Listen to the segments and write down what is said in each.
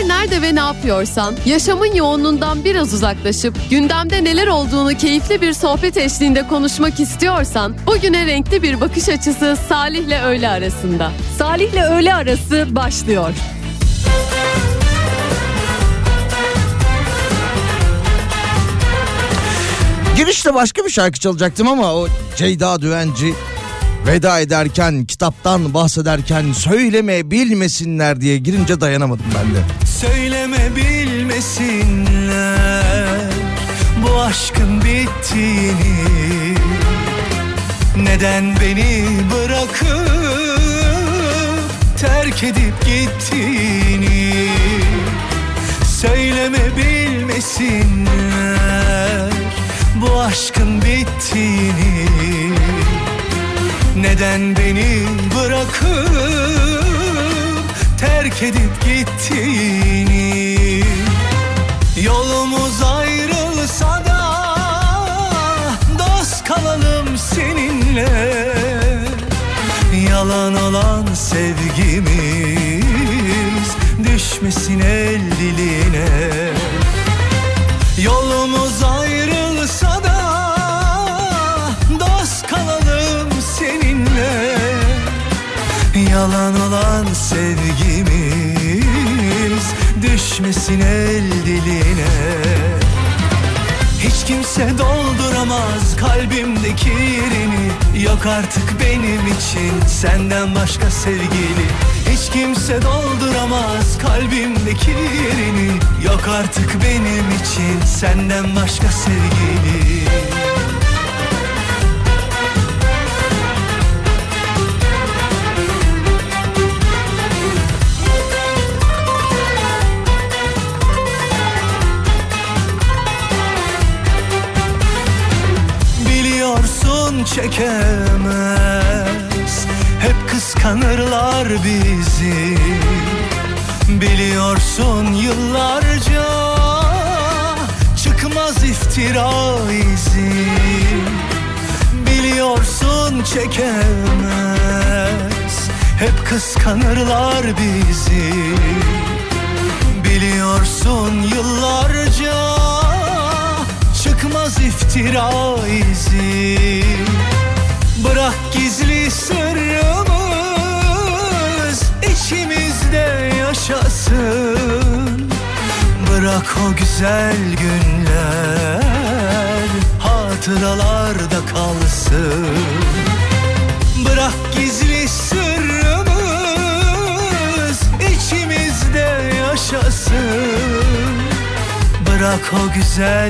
Her nerede ve ne yapıyorsan, yaşamın yoğunluğundan biraz uzaklaşıp gündemde neler olduğunu keyifli bir sohbet eşliğinde konuşmak istiyorsan, bugüne renkli bir bakış açısı Salih'le öğle arasında. Salih'le öğle arası başlıyor. Girişte başka bir şarkı çalacaktım ama o Ceyda Düvenci veda ederken, kitaptan bahsederken söyleme bilmesinler diye girince dayanamadım ben de. Söyleme bilmesinler bu aşkın bittiğini, neden beni bırakıp terk edip gittiğini. Söyleme bilmesinler bu aşkın bittiğini, neden beni bırakıp terk edip gittiğini. Yolumuz ayrılsa da dost kalalım seninle, yalan olan sevgimiz düşmesin el diline. Yolumuz ayrılsa da dost kalalım seninle, yalan olan sevgimiz düşmesin el diline. Hiç kimse dolduramaz kalbimdeki yerini, yok artık benim için senden başka sevgili. Hiç kimse dolduramaz kalbimdeki yerini, yok artık benim için senden başka sevgili. Biliyorsun çekemez, hep kıskanırlar bizi. Biliyorsun yıllarca çıkmaz iftira izi. Biliyorsun çekemez, hep kıskanırlar bizi. Biliyorsun yıllarca çıkmaz iftira izi. Bırak gizli sırrımız içimizde yaşasın. Bırak o güzel günler hatıralarda kalsın. Bırak gizli sırrımız içimizde yaşasın. Bırak o güzel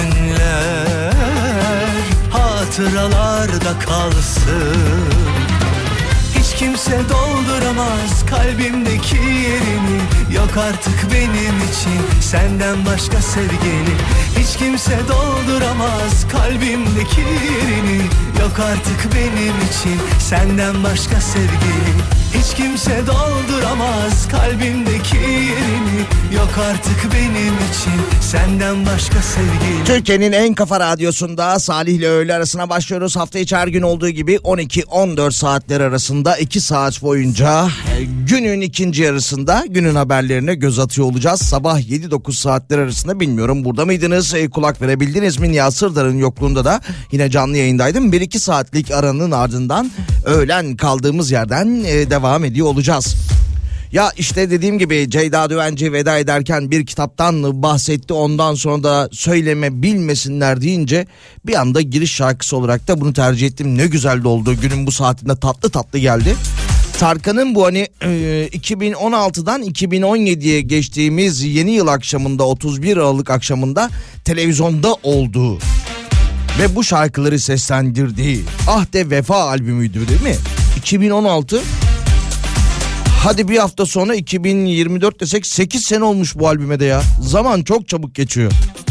günler hatıralarda kalsın. Hiç kimse dolduramaz kalbimdeki yerini, yok artık benim için senden başka sevgili. Hiç kimse dolduramaz kalbimdeki yerini, yok artık benim için senden başka sevgili. Hiç kimse dolduramaz kalbimdeki yerini, yok artık benim için senden başka sevgili. Türkiye'nin en kafa radyosunda Salih'le öğle arasına başlıyoruz. Hafta içi her gün olduğu gibi 12-14 saatler arasında 2 saat boyunca günün ikinci yarısında günün haberlerine göz atıyor olacağız. Sabah 7-9 saatler arasında bilmiyorum burada mıydınız, kulak verebildiniz mi? Nihat Sırdar'ın yokluğunda da yine canlı yayındaydım. 1-2 saatlik aranın ardından öğlen kaldığımız yerden devam ediyor olacağız. Ya işte dediğim gibi Ceyda Düvenci veda ederken bir kitaptan bahsetti. Ondan sonra da söyleme bilmesinler deyince bir anda giriş şarkısı olarak da bunu tercih ettim. Ne güzel de oldu, günün bu saatinde tatlı tatlı geldi. Tarkan'ın bu hani 2016'dan 2017'ye geçtiğimiz yeni yıl akşamında, 31 Aralık akşamında televizyonda olduğu ve bu şarkıları seslendirdiği Ahde Vefa albümüydü değil mi? 2016. Hadi bir hafta sonra 2024 desek 8 sene olmuş bu albüme de ya. Zaman çok çabuk geçiyor.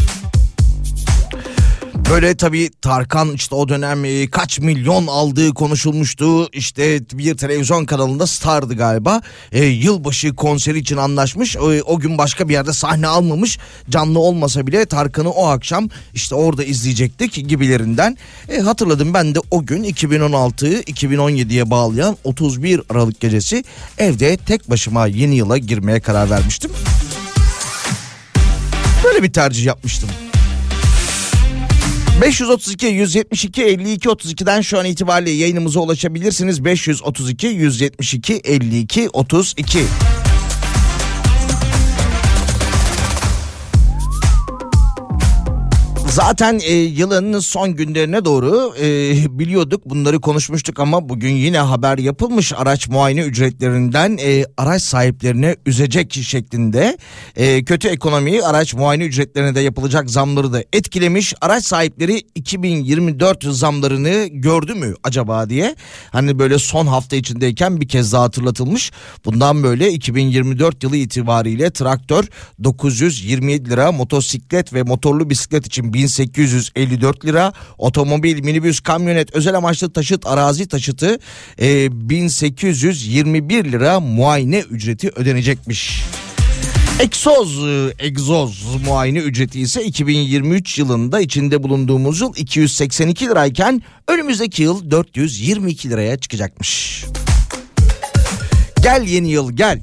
Böyle tabii Tarkan işte o dönem kaç milyon aldığı konuşulmuştu. İşte bir televizyon kanalında stardı galiba. Yılbaşı konseri için anlaşmış. O gün başka bir yerde sahne almamış. Canlı olmasa bile Tarkan'ı o akşam işte orada izleyecektik gibilerinden. Hatırladım ben de o gün 2016'yı 2017'ye bağlayan 31 Aralık gecesi evde tek başıma yeni yıla girmeye karar vermiştim. Böyle bir tercih yapmıştım. 532 172 52 32'den şu an itibariyle yayınımıza ulaşabilirsiniz. 532 172 52 32. Zaten yılın son günlerine doğru biliyorduk, bunları konuşmuştuk ama bugün yine haber yapılmış. Araç muayene ücretlerinden araç sahiplerine üzecek şeklinde kötü ekonomiyi araç muayene ücretlerine de yapılacak zamları da etkilemiş. Araç sahipleri 2024 zamlarını gördü mü acaba diye, hani böyle son hafta içindeyken bir kez daha hatırlatılmış. Bundan böyle 2024 yılı itibariyle traktör 927 lira, motosiklet ve motorlu bisiklet için 1854 lira, otomobil, minibüs, kamyonet, özel amaçlı taşıt, arazi taşıtı 1821 lira muayene ücreti ödenecekmiş. Egzoz muayene ücreti ise 2023 yılında, içinde bulunduğumuz yıl 282 lirayken önümüzdeki yıl 422 liraya çıkacakmış. Gel yeni yıl gel.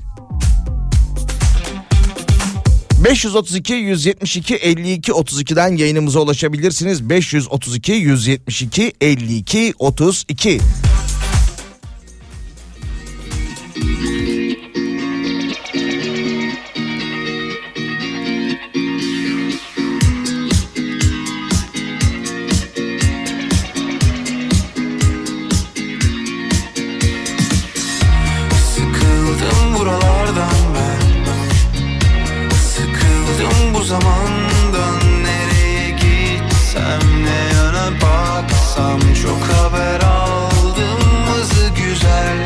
532 172 52 32'den yayınımıza ulaşabilirsiniz. 532 172 52 32. Sıkıldım buralardan ben, sıkıldım bu zamandan. Nereye gitsem, ne yana baksam, çok haber aldım hızı güzel.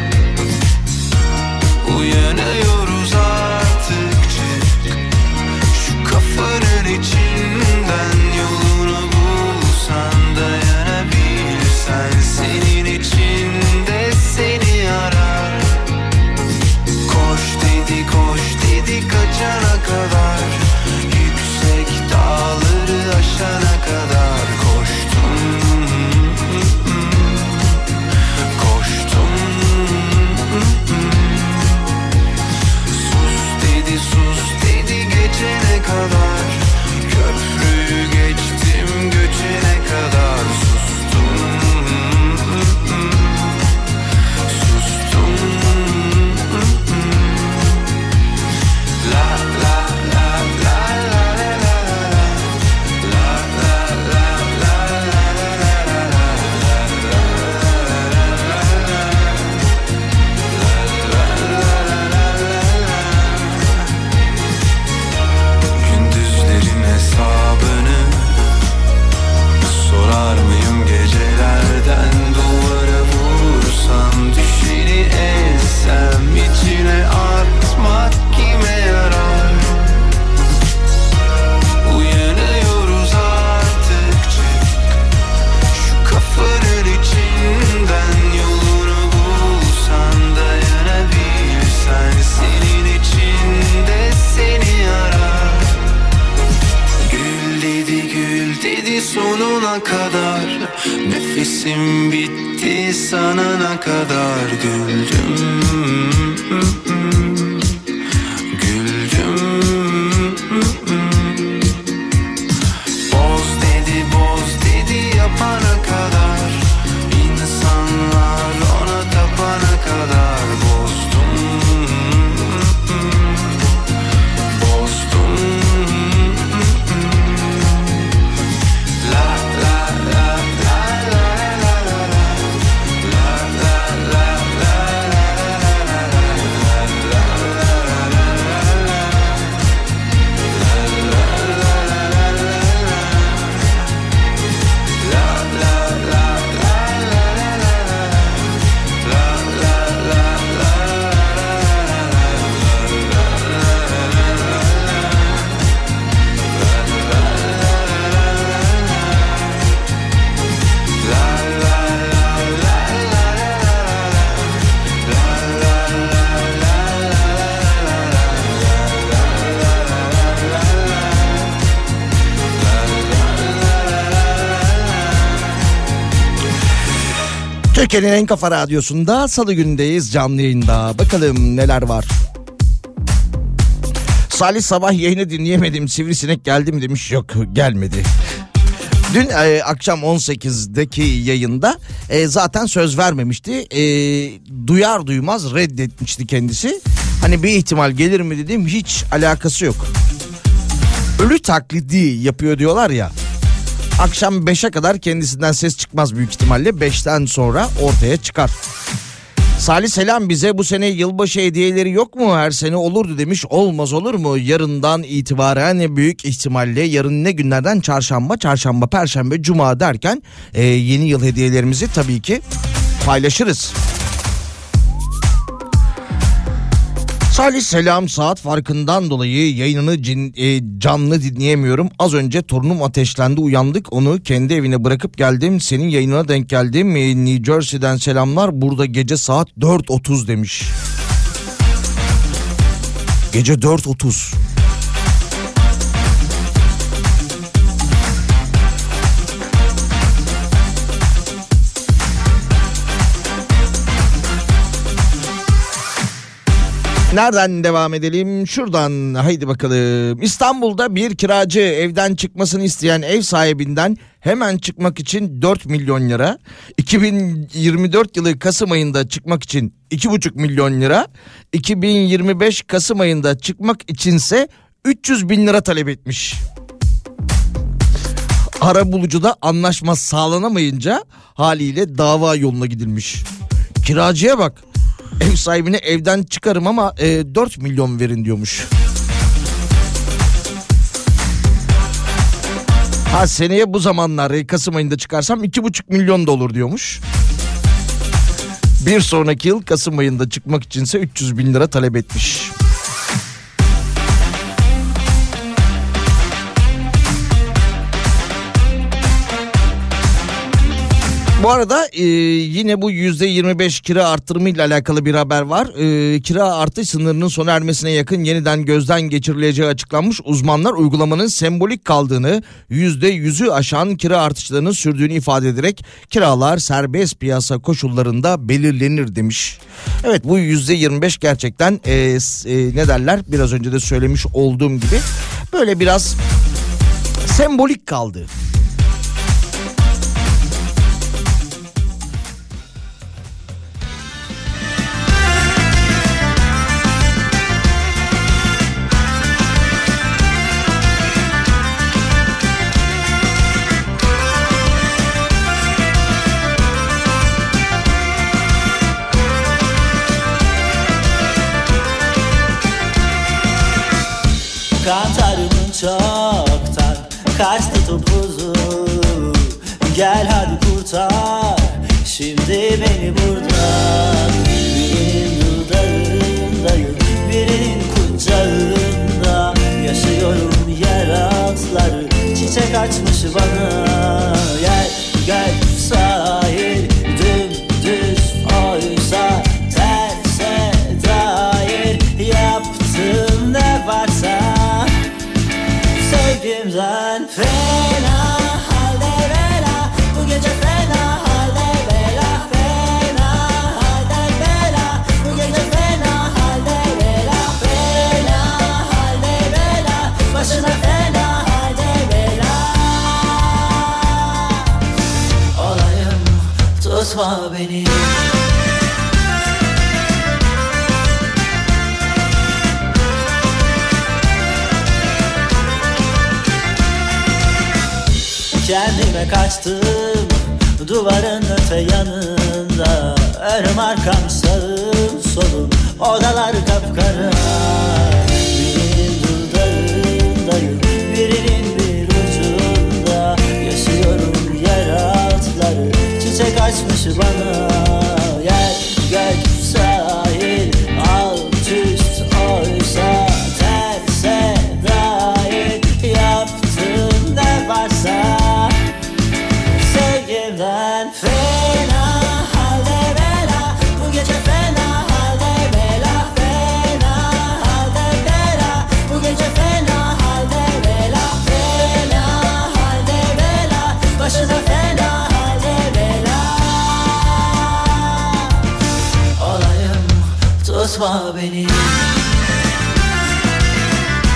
Uyanıyoruz artık, çık şu kafanın içinden, yolunu bulsan, dayanabilsen, senin içinde seni arar. Koş dedi kaçana kadar, yüksek dağları aşana kadar koştum. Sus dedi geçene kadar, köprüyü geçtim göçene kadar sustum. La la la la la la la gündüzlerin hesabını sorar mıyım gecelerden, duvara vursam, düşeni ezsem, içine atmak kime yarar? Uyanıyoruz artık, çık şu kafanın içinden, yolunu bulsan, dayanabilsen, senin içinde seni arar. Gül dedi sonuna kadar, nefesim bitti sanana kadar güldüm. Boz dedi yapana kadar, insanlar ona tapana kadar bozdum. La la la la la la la la la Türkiye'nin en kafa radyosunda salı günündeyiz, canlı yayında. Bakalım neler var. Salih sabah yayını dinleyemedim, sivrisinek geldi mi demiş. Yok, gelmedi. Dün akşam 18'deki yayında zaten söz vermemişti. Duyar duymaz reddetmişti kendisi. Hani bir ihtimal gelir mi dedim, hiç alakası yok. Ölü taklidi yapıyor diyorlar ya. Akşam 5'e kadar kendisinden ses çıkmaz büyük ihtimalle. 5'ten sonra ortaya çıkar. Salih selam, bize bu sene yılbaşı hediyeleri yok mu? Her sene olurdu demiş. Olmaz olur mu? Yarından itibaren büyük ihtimalle, yarın ne günlerden? Çarşamba, perşembe, cuma derken yeni yıl hediyelerimizi tabii ki paylaşırız. Salih selam, saat farkından dolayı yayınını canlı dinleyemiyorum. Az önce torunum ateşlendi, uyandık, onu kendi evine bırakıp geldim. Senin yayınına denk geldim. New Jersey'den selamlar, burada gece saat 4.30 demiş. Gece 4.30. Nereden devam edelim? Şuradan, haydi bakalım. İstanbul'da bir kiracı evden çıkmasını isteyen ev sahibinden hemen çıkmak için 4 milyon lira, 2024 yılı Kasım ayında çıkmak için 2,5 milyon lira, 2025 Kasım ayında çıkmak içinse 300 bin lira talep etmiş. Arabulucuda anlaşma sağlanamayınca haliyle dava yoluna gidilmiş. Kiracıya bak. Ev sahibine evden çıkarım ama 4 milyon verin diyormuş. Ha, seneye bu zamanlar Kasım ayında çıkarsam 2,5 milyon da olur diyormuş. Bir sonraki yıl Kasım ayında çıkmak içinse 300 bin lira talep etmiş. Bu arada yine bu %25 kira artırımıyla alakalı bir haber var. Kira artış sınırının sona ermesine yakın yeniden gözden geçirileceği açıklanmış. Uzmanlar uygulamanın sembolik kaldığını, %100'ü aşan kira artışlarının sürdüğünü ifade ederek kiralar serbest piyasa koşullarında belirlenir demiş. Evet, bu %25 gerçekten ne derler, biraz önce de söylemiş olduğum gibi böyle biraz sembolik kaldı. Kantarımın çoktan kaçtı topuzu. Gel hadi kurtar şimdi beni buradan. Birinin dudağındayım, birinin kucağında. Yaşıyorum yer altları, çiçek açmış bana. Gel gel sahil dümdüz oysa terse dair yaptığım ne varsa. Sevgimden fena halde bela, bu gece fena halde bela, fena halde bela, bu gece fena halde bela, fena halde bela, başına fena halde bela. Olayım tutma beni. Kendime kaçtım duvarın öte yanında. Önüm arkam sağım solum, odalar kapkara. Birinin dudağındayım, birinin bir ucunda. Yaşıyorum yer altları, çiçek açmış bana. Gel gel sahil alt üst oysa terse dair yaptığım ne varsa. Sevgimden fena halde bela, bu gece fena halde bela, fena halde bela, bu gece fena halde bela, fena halde bela, başına fena halde bela. Olayım tutma beni.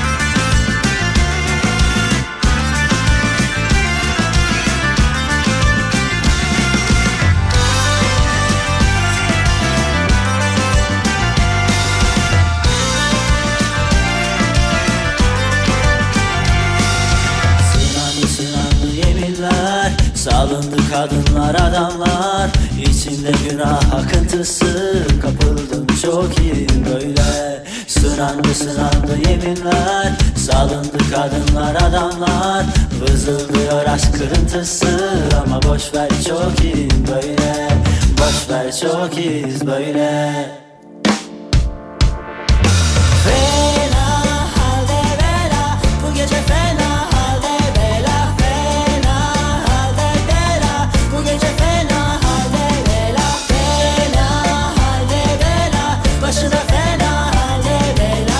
Salındı kadınlar adamlar, içinde günah akıntısı. Kapıldım çok iyi böyle, sınandı yeminler. Salındı kadınlar adamlar, vızıldıyor aşk kırıntısı. Ama boşver çok iyi böyle, boşver çok iyiyiz böyle. Fena halde bela, bu gece fena halde bela. Fena halde bela, bu gece fena halde bela. Fena halde bela, başına fena halde bela.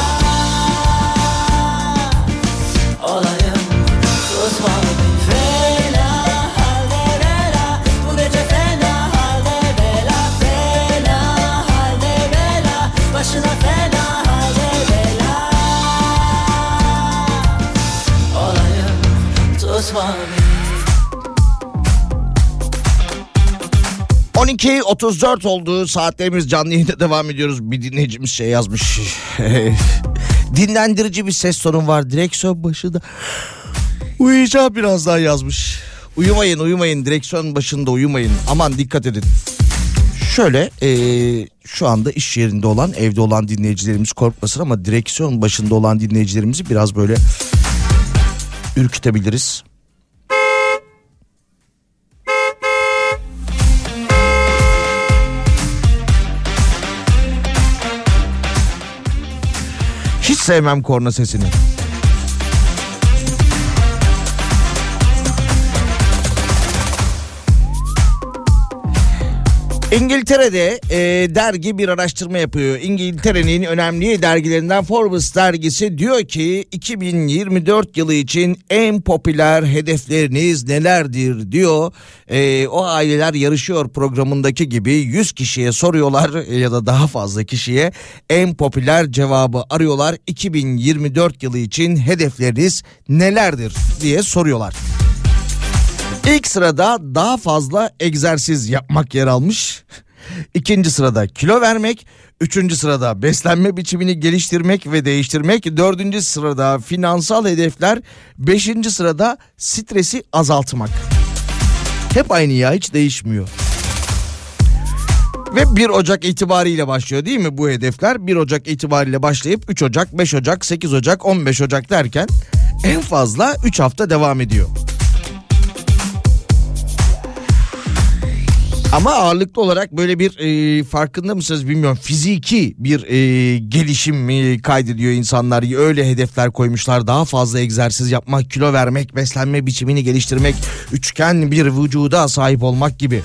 Olayım tutmalı beni. Fena halde bela, bu gece fena halde bela. Fena halde bela, başına fena halde bela. Olayım tutmalı beni. 12.34 oldu saatlerimiz, canlı yayında devam ediyoruz. Bir dinleyicimiz şey yazmış. Dinlendirici bir ses tonu var direksiyon başında. Uyuyacağım biraz daha yazmış. Uyumayın direksiyon başında uyumayın. Aman dikkat edin. Şöyle şu anda iş yerinde olan, evde olan dinleyicilerimiz korkmasın ama direksiyon başında olan dinleyicilerimizi biraz böyle ürkütebiliriz. Hiç sevmem korna sesini. İngiltere'de dergi bir araştırma yapıyor. İngiltere'nin önemli dergilerinden Forbes dergisi diyor ki 2024 yılı için en popüler hedefleriniz nelerdir diyor. O aileler yarışıyor programındaki gibi 100 kişiye soruyorlar ya da daha fazla kişiye en popüler cevabı arıyorlar. 2024 yılı için hedefleriniz nelerdir diye soruyorlar. İlk sırada daha fazla egzersiz yapmak yer almış. İkinci sırada kilo vermek. Üçüncü sırada beslenme biçimini geliştirmek ve değiştirmek. Dördüncü sırada finansal hedefler. Beşinci sırada stresi azaltmak. Hep aynı ya, hiç değişmiyor. Ve 1 Ocak itibariyle başlıyor değil mi bu hedefler? 1 Ocak itibariyle başlayıp 3 Ocak, 5 Ocak, 8 Ocak, 15 Ocak derken en fazla 3 hafta devam ediyor. Ama ağırlıklı olarak böyle bir farkında mısınız bilmiyorum, fiziki bir gelişim kaydediyor insanlar. Öyle hedefler koymuşlar: daha fazla egzersiz yapmak, kilo vermek, beslenme biçimini geliştirmek, üçgen bir vücuda sahip olmak gibi.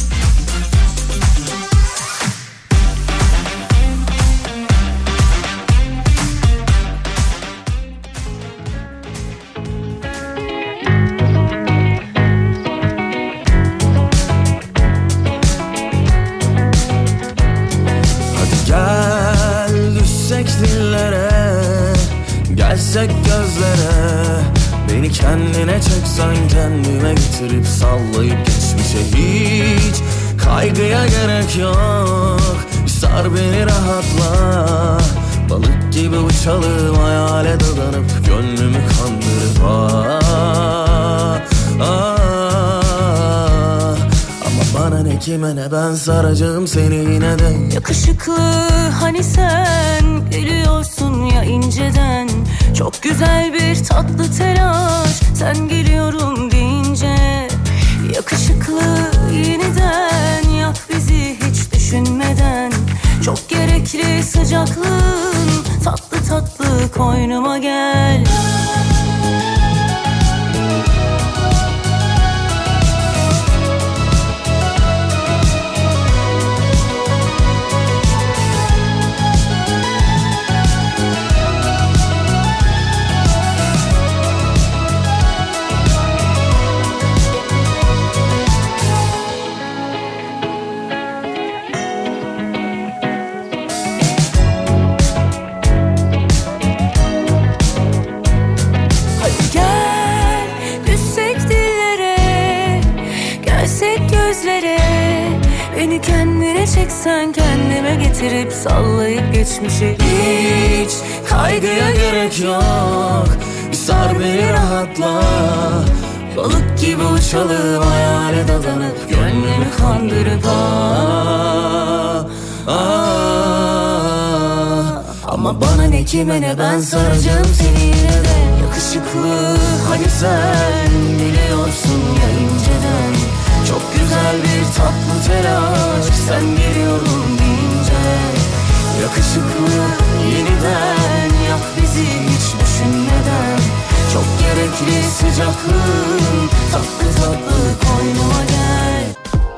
Gelsek gözlere, beni kendine çeksen, kendime getirip sallayıp geçmişe. Hiç kaygıya gerek yok, sar beni rahatla. Balık gibi uçalım, hayale dadanıp gönlümü kandırıp ama bana ne kime ne, ben saracağım seni yine de. Yakışıklı hani sen geliyorsun ya inceden, çok güzel bir tatlı telaş, sen geliyorum deyince. Yakışıklı yeniden yak bizi hiç düşünmeden, çok gerekli sıcaklığın, tatlı tatlı koynuma gel. Beni kendine çeksen, kendime getirip sallayıp geçmişe. Hiç kaygıya gerek yok, sar beni rahatla. Balık gibi uçalım hayale dadanıp gönlümü kandırıp Ama bana ne kime ne ben saracağım seni yine de. Yakışıklı hani sen biliyorsun ya inceden. Çok güzel bir tatlı telaş sen geliyorum deyince. Yakışıklı yeniden yak bizi hiç düşünmeden. Çok gerekli sıcaklığın tatlı tatlı koynuma gel.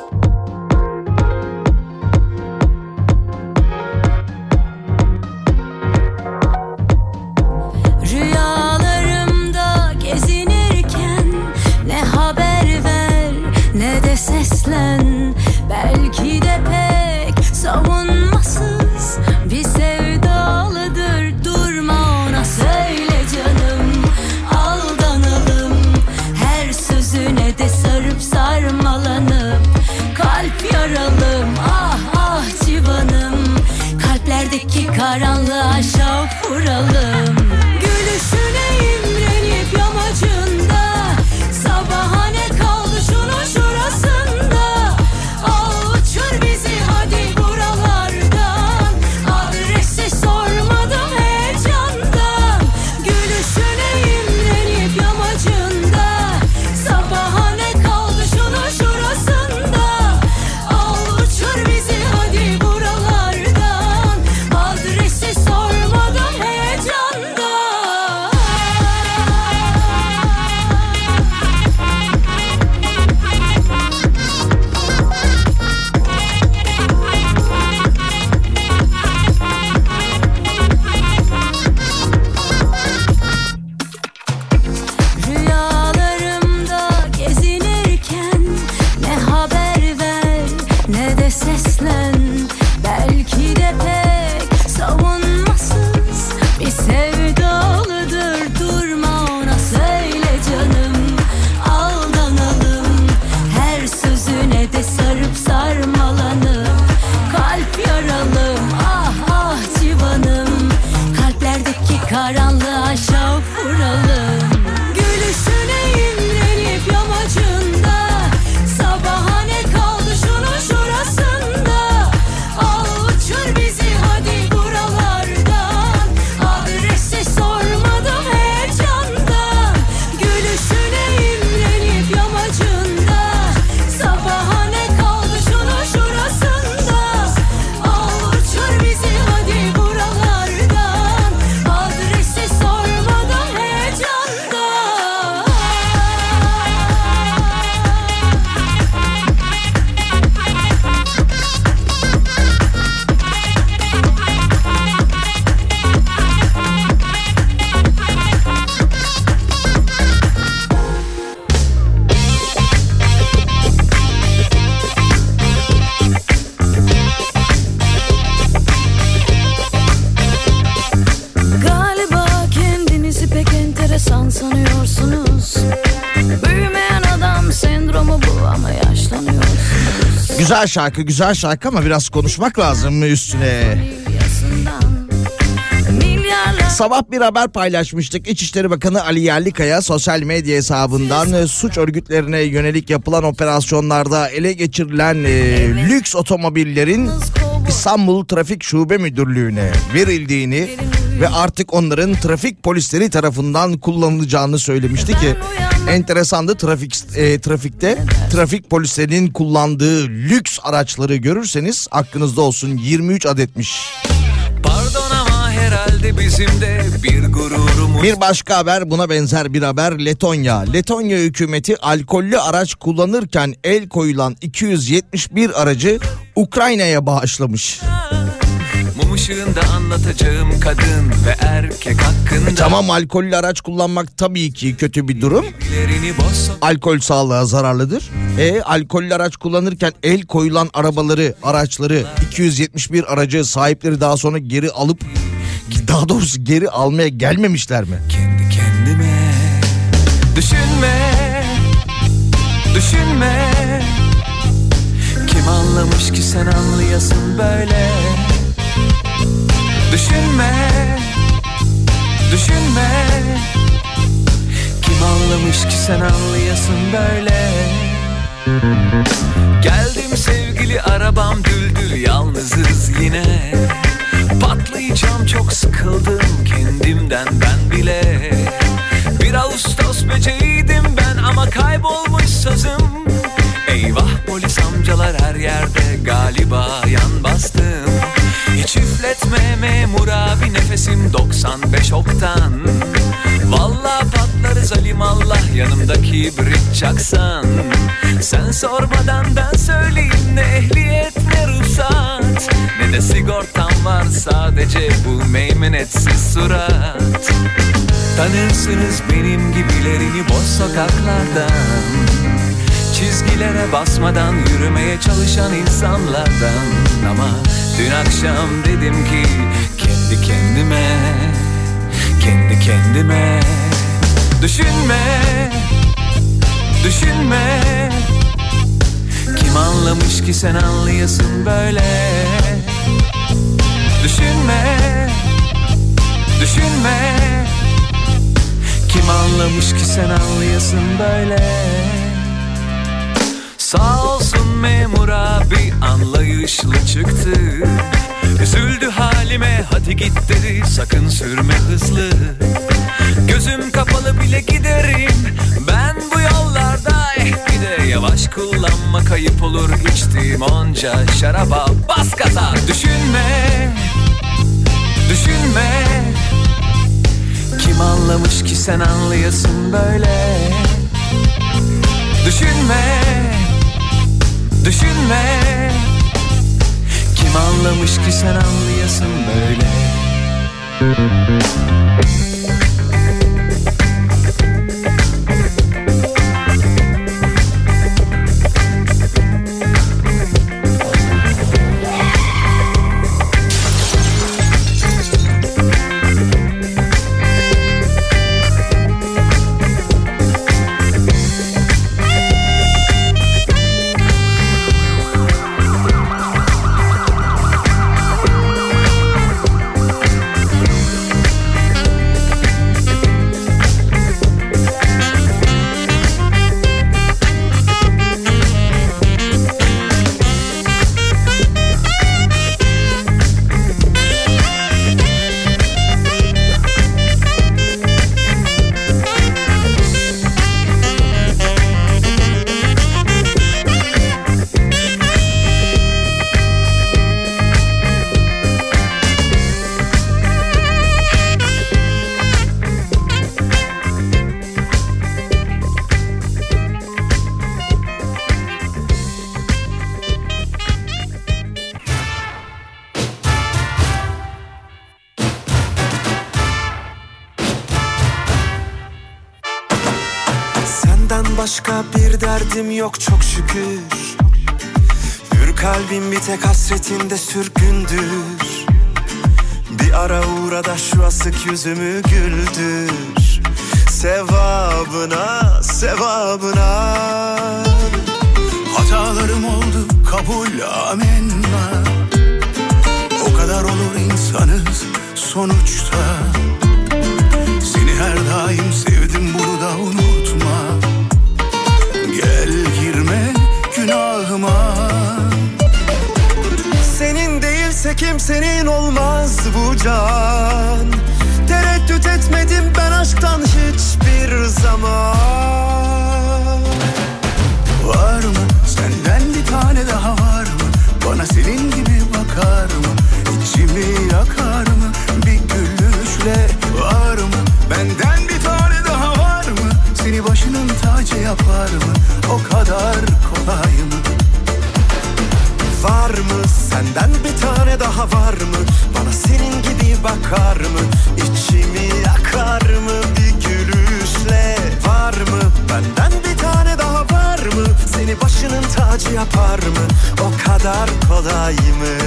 Rüyalarımda gezinirken ne haber ver ne de seslen. Belki de pek savunmasız bir sevdalıdır. Durma ona söyle canım, aldanalım. Her sözüne de sarıp sarmalanıp kalp yaralım. Ah ah civanım, kalplerdeki karanlığa şavk vuralım. Gülüşüne imrenip yamacında, sabaha ne kaldı şunun şurasında. Al uçur bizi hadi buralardan, adresi sormadım heyecandan. Gülüşüne imrenip yamacında, sabaha ne kaldı şunun şurasında. Al uçur bizi hadi buralardan, adresi sormadım heyecandan. Rüyalarımda gezinirken ne haber ver ne de seslen. Belki de pek savunmasız bir sevdalıdır. Durma ona söyle canım, aldanalım. Her sözüne de sarıp sarmalanıp kalp yaralım. Ah ah civanım, kalplerdeki karanlığa şavk vuralım. Gülüşüne imrenip yamacında, sabaha ne kaldı şunun şurasında. Al uçur bizi hadi buralardan, adresi sormadım heyecandan. Gülüşüne imrenip yamacında, sabaha ne kaldı şunun şurasında. Al uçur bizi hadi buralardan, adresi sormadım heyecandan. Galiba kendinizi pek enteresan sanıyorsunuz. Büyümeyen adam sendromu bu ama yaşlanıyorsunuz. Güzel şarkı ama biraz konuşmak lazım üstüne. Milyarlar Sabah bir haber paylaşmıştık. İçişleri Bakanı Ali Yerlikaya sosyal medya hesabından suç örgütlerine yönelik yapılan operasyonlarda ele geçirilen lüks otomobillerin İstanbul Trafik Şube Müdürlüğü'ne verildiğini ve artık onların trafik polisleri tarafından kullanılacağını söylemişti ki enteresandı. Trafikte trafik polislerinin kullandığı lüks araçları görürseniz aklınızda olsun, 23 adetmiş. Pardon ama herhalde bizim de bir gururumuz. Bir başka haber, buna benzer bir haber. Letonya hükümeti alkollü araç kullanırken el koyulan 271 aracı Ukrayna'ya bağışlamış. Mum ışığında anlatacağım kadın ve erkek hakkında. Tamam, alkollü araç kullanmak tabii ki kötü bir durum. Alkol sağlığa zararlıdır. Alkollü araç kullanırken el koyulan araçları 271 aracı sahipleri daha sonra geri alıp, daha doğrusu geri almaya gelmemişler mi? Kendi kendime düşünme. Kim anlamış ki sen anlayasın böyle. Düşünme. Kim Kim anlamış ki sen anlayasın böyle. Geldim sevgili arabam düldül, yalnızız yine. Patlayacağım, çok sıkıldım kendimden ben bile. Bir Ağustos böceğiydim ben ama kaybolmuş sözüm. Eyvah, polis amcalar her yerde, galiba yan bastım. Hiç üfletme memur abi, nefesim 95 oktan. Vallahi patlarız alimallah, yanımda kibrit çaksan. Sen sormadan ben söyleyeyim, ne ehliyet ne ruhsat, ne de sigortam var, sadece bu meymenetsiz surat. Tanırsınız benim gibilerini boş sokaklardan, çizgilere basmadan yürümeye çalışan insanlardan. Ama dün akşam dedim ki kendi kendime, düşünme, kim anlamış ki sen anlayasın böyle. Düşünme, kim anlamış ki sen anlayasın böyle. Sağ olsun memur abi, anlayışlı çıktı. Üzüldü halime, hadi git dedi, sakın sürme hızlı. Gözüm kapalı bile giderim ben bu yollarda. Bir de yavaş kullanma, kayıp olur içtiğim onca şaraba. Bas gaza, düşünme, kim anlamış ki sen anlayasın böyle. Düşünme, kim anlamış ki sen anlayasın böyle. Başka bir derdim yok çok şükür. Hür kalbim bir tek hasretinde sürgündür. Bir ara uğra da şu asık yüzümü güldür. Sevabına, sevabına. Hatalarım oldu, kabul, amenna. O kadar olur insanız sonuçta. Seni her daim sevdim, bunu da unutma. Gel girme günahıma. Senin değilse kimsenin olmaz bu can. Tereddüt etmedim ben aşktan hiçbir zaman. Var mı senden bir tane daha, var mı? Bana senin gibi bakar mı? İçimi yakar mı? Bir gülüşle var mı? Benden bir tane daha var mı? Seni başının tacı yapar mı? O kadar kolay mı? Var mı senden bir tane daha, var mı? Bana senin gibi bakar mı? İçimi yakar mı bir gülüşle? Var mı benden bir tane daha, var mı? Seni başının tacı yapar mı? O kadar kolay mı?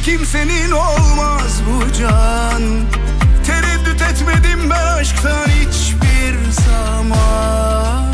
kimsenin olmaz bu can. Tereddüt etmedim ben aşktan hiçbir zaman.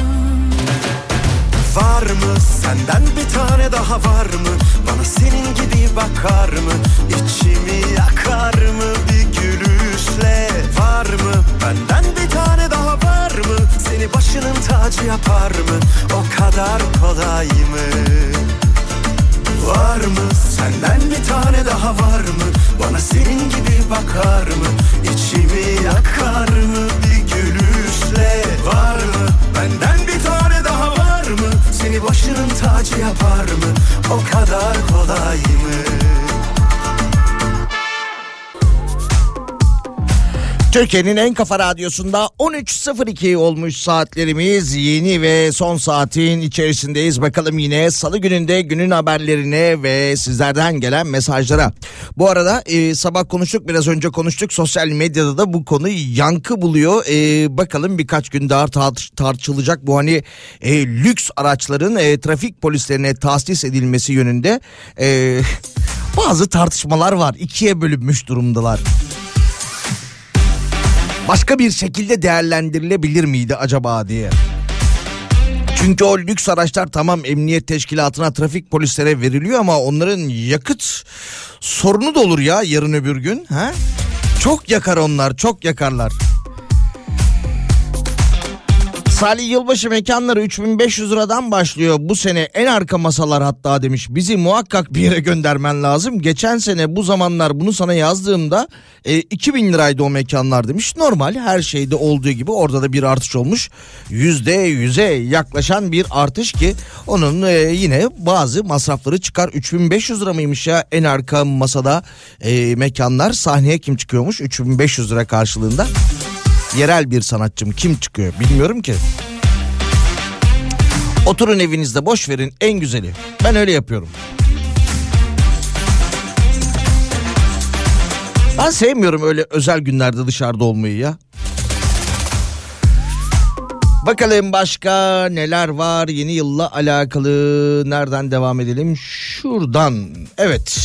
Var mı senden bir tane daha var mı? Bana senin gibi bakar mı? İçimi yakar mı bir gülüşle? Var mı benden bir tane daha var mı? Seni başının tacı yapar mı? O kadar kolay mı? Var mı senden bir tane daha var mı? Bana senin gibi bakar mı? İçimi yakar mı bir gülüşle? Var mı benden bir tane daha var mı? Seni başının tacı yapar mı? O kadar kolay mı? Türkiye'nin en kafa radyosunda 13.02 olmuş saatlerimiz. Yeni ve son saatin içerisindeyiz. Bakalım yine salı gününde günün haberlerine ve sizlerden gelen mesajlara. Bu arada sabah konuştuk, biraz önce konuştuk. Sosyal medyada da bu konu yankı buluyor. Bakalım birkaç gün daha tartışılacak bu hani lüks araçların trafik polislerine tahsis edilmesi yönünde bazı tartışmalar var. İkiye bölünmüş durumdalar. Başka bir şekilde değerlendirilebilir miydi acaba diye. Çünkü o lüks araçlar tamam emniyet teşkilatına, trafik polislere veriliyor ama onların yakıt sorunu da olur ya yarın öbür gün. He? Çok yakar onlar, çok yakarlar. Salih Yılbaşı mekanları 3500 liradan başlıyor. Bu sene en arka masalar hatta demiş. Bizi muhakkak bir yere göndermen lazım. Geçen sene bu zamanlar bunu sana yazdığımda 2000 liraydı o mekanlar demiş. Normal, her şeyde olduğu gibi orada da bir artış olmuş. %100'e yaklaşan bir artış ki onun yine bazı masrafları çıkar. 3500 lira mıymış ya en arka masada mekanlar? Sahneye kim çıkıyormuş 3500 lira karşılığında? Yerel bir sanatçım kim çıkıyor bilmiyorum ki. Oturun evinizde, boş verin, en güzeli. Ben öyle yapıyorum. Ben sevmiyorum öyle özel günlerde dışarıda olmayı ya. Bakalım başka neler var yeni yılla alakalı. Nereden devam edelim? Şuradan. Evet.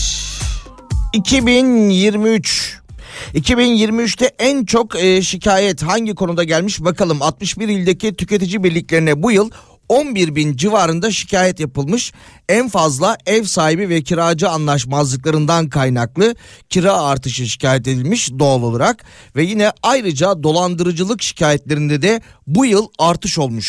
2023'te en çok şikayet hangi konuda gelmiş bakalım. 61 ildeki tüketici birliklerine bu yıl 11.000 civarında şikayet yapılmış. En fazla ev sahibi ve kiracı anlaşmazlıklarından kaynaklı kira artışı şikayet edilmiş doğal olarak. Ve yine ayrıca dolandırıcılık şikayetlerinde de bu yıl artış olmuş.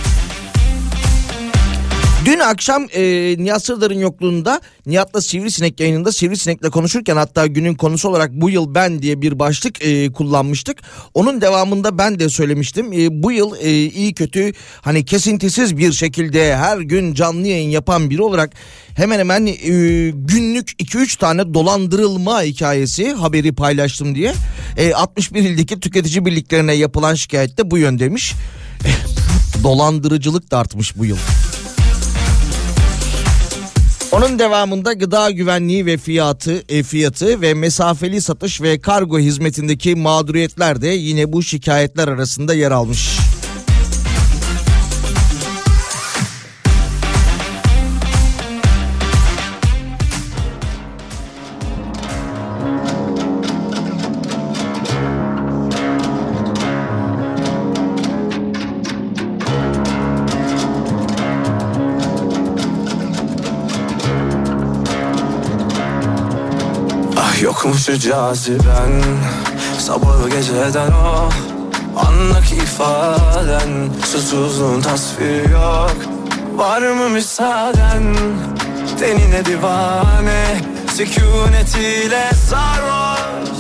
Dün akşam Nihat Sırdar'ın yokluğunda Nihat'la Sivrisinek yayınında Sivrisinek'le konuşurken hatta günün konusu olarak bu yıl ben diye bir başlık kullanmıştık. Onun devamında ben de söylemiştim. Bu yıl iyi kötü hani kesintisiz bir şekilde her gün canlı yayın yapan biri olarak hemen hemen günlük 2-3 tane dolandırılma hikayesi haberi paylaştım diye. 61 ildeki tüketici birliklerine yapılan şikayet de bu yöndeymiş. Dolandırıcılık da artmış bu yıl. Onun devamında gıda güvenliği ve fiyatı ve mesafeli satış ve kargo hizmetindeki mağduriyetler de yine bu şikayetler arasında yer almış. Yokmuş caziben, sabahı geceden o anlık ifaden, susuzluğun tasviri yok. Var mı müsaaden, tenine divane, sükunetiyle sarhoş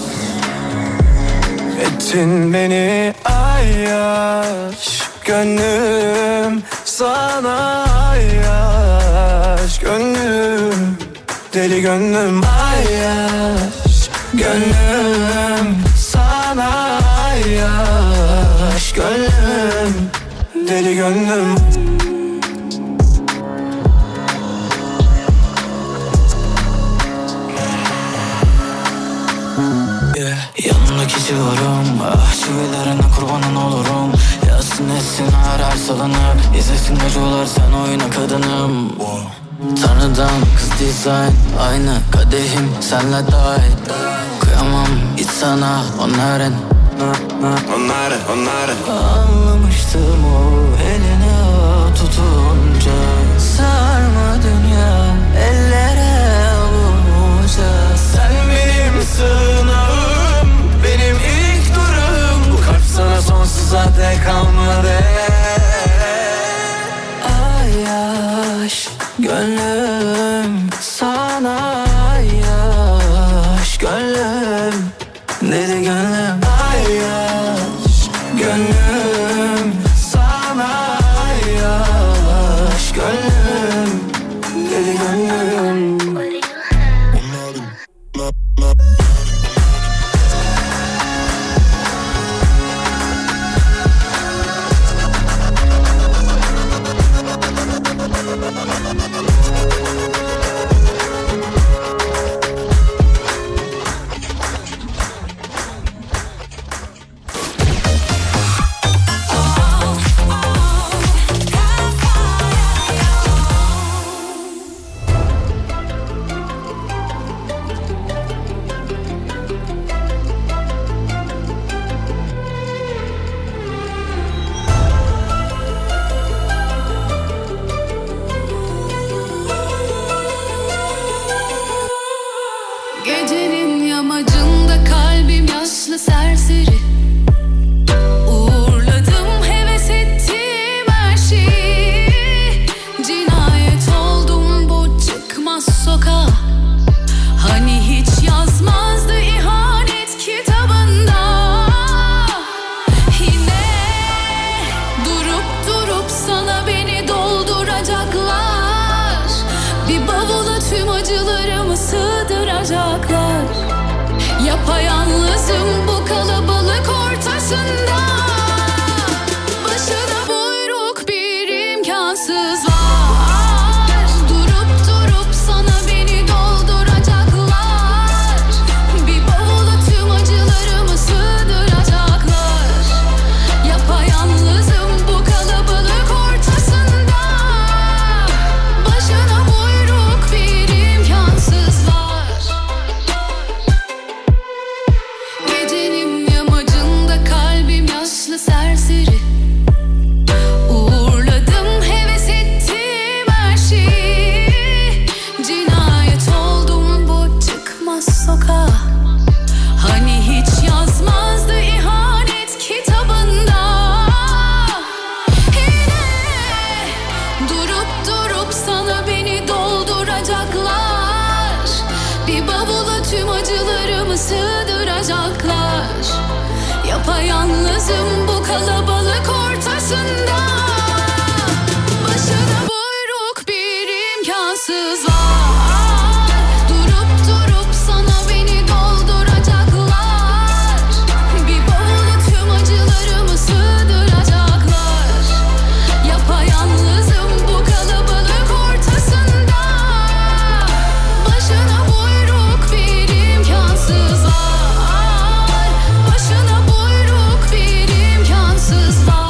ettin beni ayyaş. Gönlüm sana ayyaş, gönlüm deli gönlüm ayyaş, gönlüm sana ayyaş, gönlüm deli gönlüm. Yanındaki civarım, çivilerine kurbanın olurum. Yazsın etsin her salınıp izlesin acılar sen oyuna kadınım. Tanrıdan kız dizayn, aynı kadehim senle dahil. Kıyamam hiç sana onların. Anlamıştım o eline tutunca. Sarma dünya ellere avuca. Sen benim sığınağım, benim ilk durum. Bu kalp sana sonsuza dek kalmadı. Ay aşk gönlüm sana, yaş gönlüm dedi gönlüm. Ay yaş gönlüm sana, yaş gönlüm dedi gönlüm. Gecenin yamacında kalbim yaşlı serseri. Uğurladım heves ettiğim her şeyi. Cinayet oldum bu çıkmaz sokağa. Hani hiç yazmazdı ihanet kitabında. Yine durup sana beni dolduracaklar. Bir bavula tüm acılarımı sığdıracaklar. Yapayalnızım bu kalabalık ortasında. Başına buyruk bir imkansız var. Durup sana beni dolduracaklar. Bir bavula tüm acılarımı sığdıracaklar. Yapayalnızım bu kalabalık ortasında. Başına buyruk bir imkansız var. Gecenin yamacında kalbim yaşlı serseri. Uğurladım heves ettiğim her şeyi. Cinayet oldum bu çıkmaz sokağa. Hani hiç yazmazdı ihanet kitabında. Yine durup sana beni dolduracaklar. Bir bavula tüm acılarımı sığdıracaklar. Yapayalnızım bu kalabalık ortasında. Başına buyruk bir imkansız var. Durup sana beni dolduracaklar. Bir bavula tüm acılarımı sığdıracaklar. Yapayalnızım bu kalabalık ortasında. Başına buyruk bir imkansız var. Başına buyruk bir imkansız var.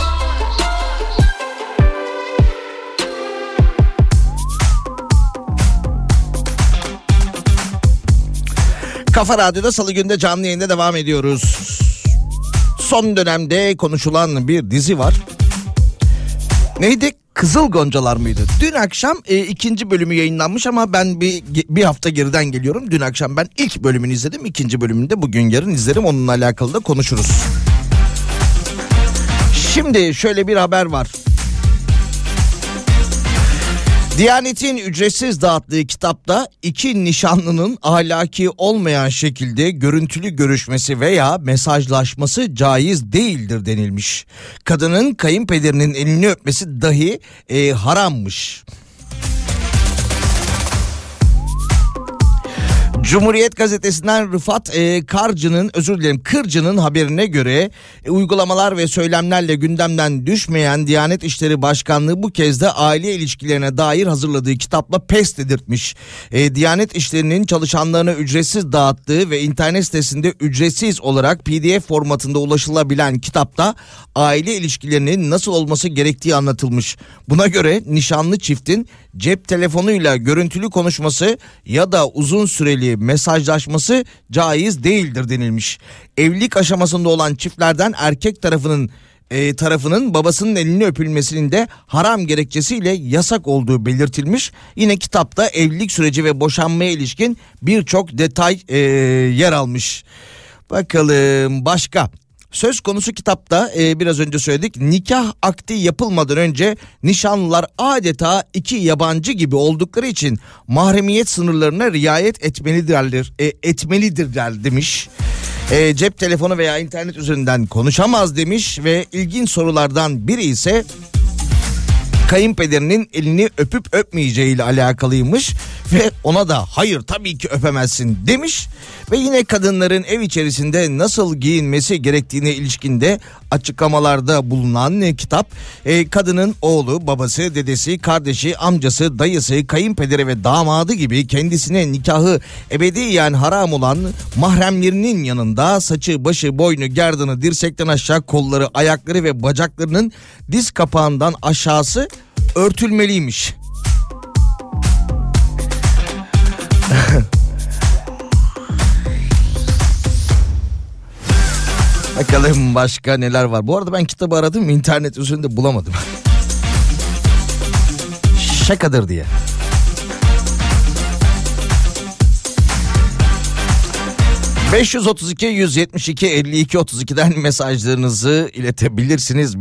Kafa Radyo'da Salı günde canlı yayında devam ediyoruz. Son dönemde konuşulan bir dizi var. Neydi? Kızıl Goncalar mıydı? Dün akşam ikinci bölümü yayınlanmış ama ben bir hafta geriden geliyorum. Dün akşam ben ilk bölümünü izledim. İkinci bölümünü de bugün yarın izlerim. Onunla alakalı da konuşuruz. Şimdi şöyle bir haber var. Diyanet'in ücretsiz dağıttığı kitapta iki nişanlının ahlaki olmayan şekilde görüntülü görüşmesi veya mesajlaşması caiz değildir denilmiş. Kadının kayınpederinin elini öpmesi dahi harammış. Cumhuriyet Gazetesi'nden Rıfat Kırcı'nın haberine göre uygulamalar ve söylemlerle gündemden düşmeyen Diyanet İşleri Başkanlığı bu kez de aile ilişkilerine dair hazırladığı kitapla pes dedirtmiş. Diyanet İşleri'nin çalışanlarına ücretsiz dağıttığı ve internet sitesinde ücretsiz olarak PDF formatında ulaşılabilen kitapta aile ilişkilerinin nasıl olması gerektiği anlatılmış. Buna göre nişanlı çiftin cep telefonuyla görüntülü konuşması ya da uzun süreli mesajlaşması caiz değildir denilmiş. Evlilik aşamasında olan çiftlerden erkek tarafının babasının elini öpülmesinin de haram gerekçesiyle yasak olduğu belirtilmiş. Yine kitapta evlilik süreci ve boşanmaya ilişkin birçok detay yer almış. Bakalım başka. Söz konusu kitapta biraz önce söyledik, nikah akdi yapılmadan önce nişanlılar adeta iki yabancı gibi oldukları için mahremiyet sınırlarına riayet etmelidirler demiş. Cep telefonu veya internet üzerinden konuşamaz demiş ve ilginç sorulardan biri ise kayınpederinin elini öpüp öpmeyeceğiyle alakalıymış ve ona da hayır tabii ki öpemezsin demiş. Ve yine kadınların ev içerisinde nasıl giyinmesi gerektiğine ilişkinde açıklamalarda bulunan kitap, kadının oğlu, babası, dedesi, kardeşi, amcası, dayısı, kayınpederi ve damadı gibi kendisine nikahı ebediyen haram olan mahremlerinin yanında saçı, başı, boynu, gerdanı, dirsekten aşağı kolları, ayakları ve bacaklarının diz kapağından aşağısı örtülmeliymiş. Bakalım başka neler var. Bu arada ben kitabı aradım, internet üzerinde bulamadım. Şakadır diye. ...532-172-52-32'den mesajlarınızı iletebilirsiniz.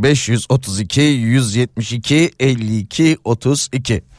532-172-52-32.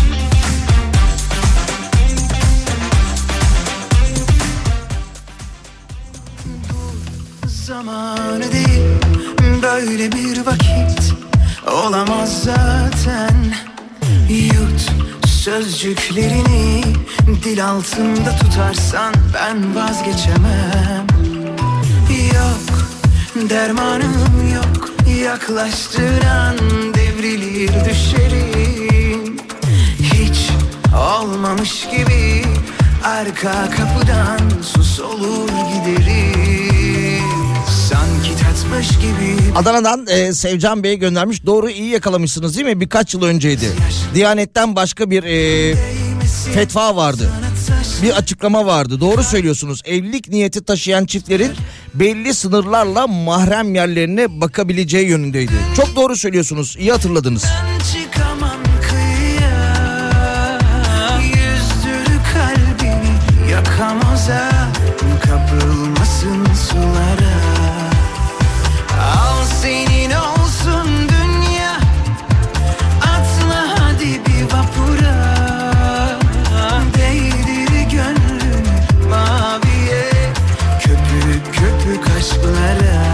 Zamanı değil, böyle bir vakit olamaz zaten. Yut sözcüklerini, dil altında tutarsan ben vazgeçemem. Yok dermanım yok, yaklaştığın an devrilir düşerim. Hiç olmamış gibi arka kapıdan sus olur giderim. Sanki tatmış gibi. Adana'dan Sevcan Bey göndermiş. Doğru, iyi yakalamışsınız değil mi? Birkaç yıl önceydi. Diyanet'ten başka bir fetva vardı. Bir açıklama vardı. Doğru söylüyorsunuz. Evlilik niyeti taşıyan çiftlerin belli sınırlarla mahrem yerlerine bakabileceği yönündeydi. Çok doğru söylüyorsunuz. İyi hatırladınız. Çıkamam kıyıya, yüzdür kalbimi yakamoza, kapılmasın sulara. Al senin olsun dünya, atla hadi bir vapura, değdir gönlünü maviye, köpük köpük aşklara.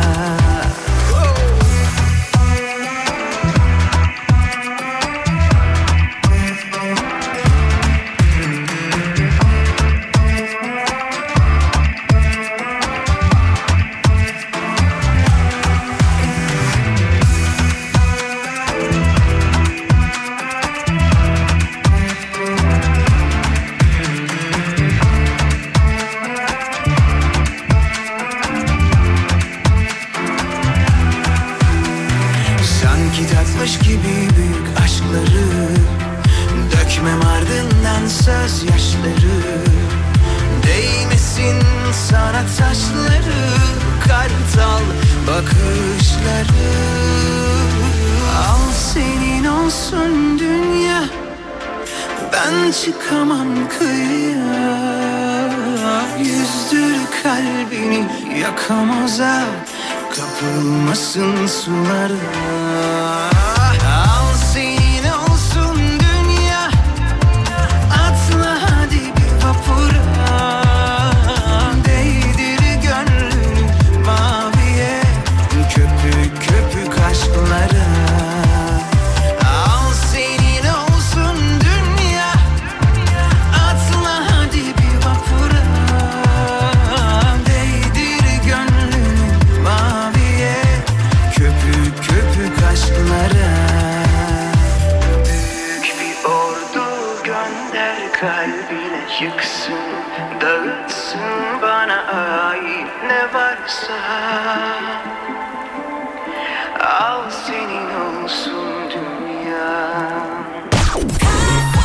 Gibi büyük aşkları dökmem ardından söz yaşları, değmesin sana taşları, kartal bakışları. Al senin olsun dünya, ben çıkamam kıyıya, yüzdür kalbini yakamoza, kapılmasın sulara. Al senin olsun dünya, atla hadi bir vapura, değdir gönlünü maviye, köpük köpük aşklara. Al senin olsun dünya, atla hadi bir vapura, değdir gönlünü maviye, köpük köpük aşklara. Büyük bir ordu gönder kalbine, yıksın dağıtsın bana ait ne varsa. Al senin olsun dünya.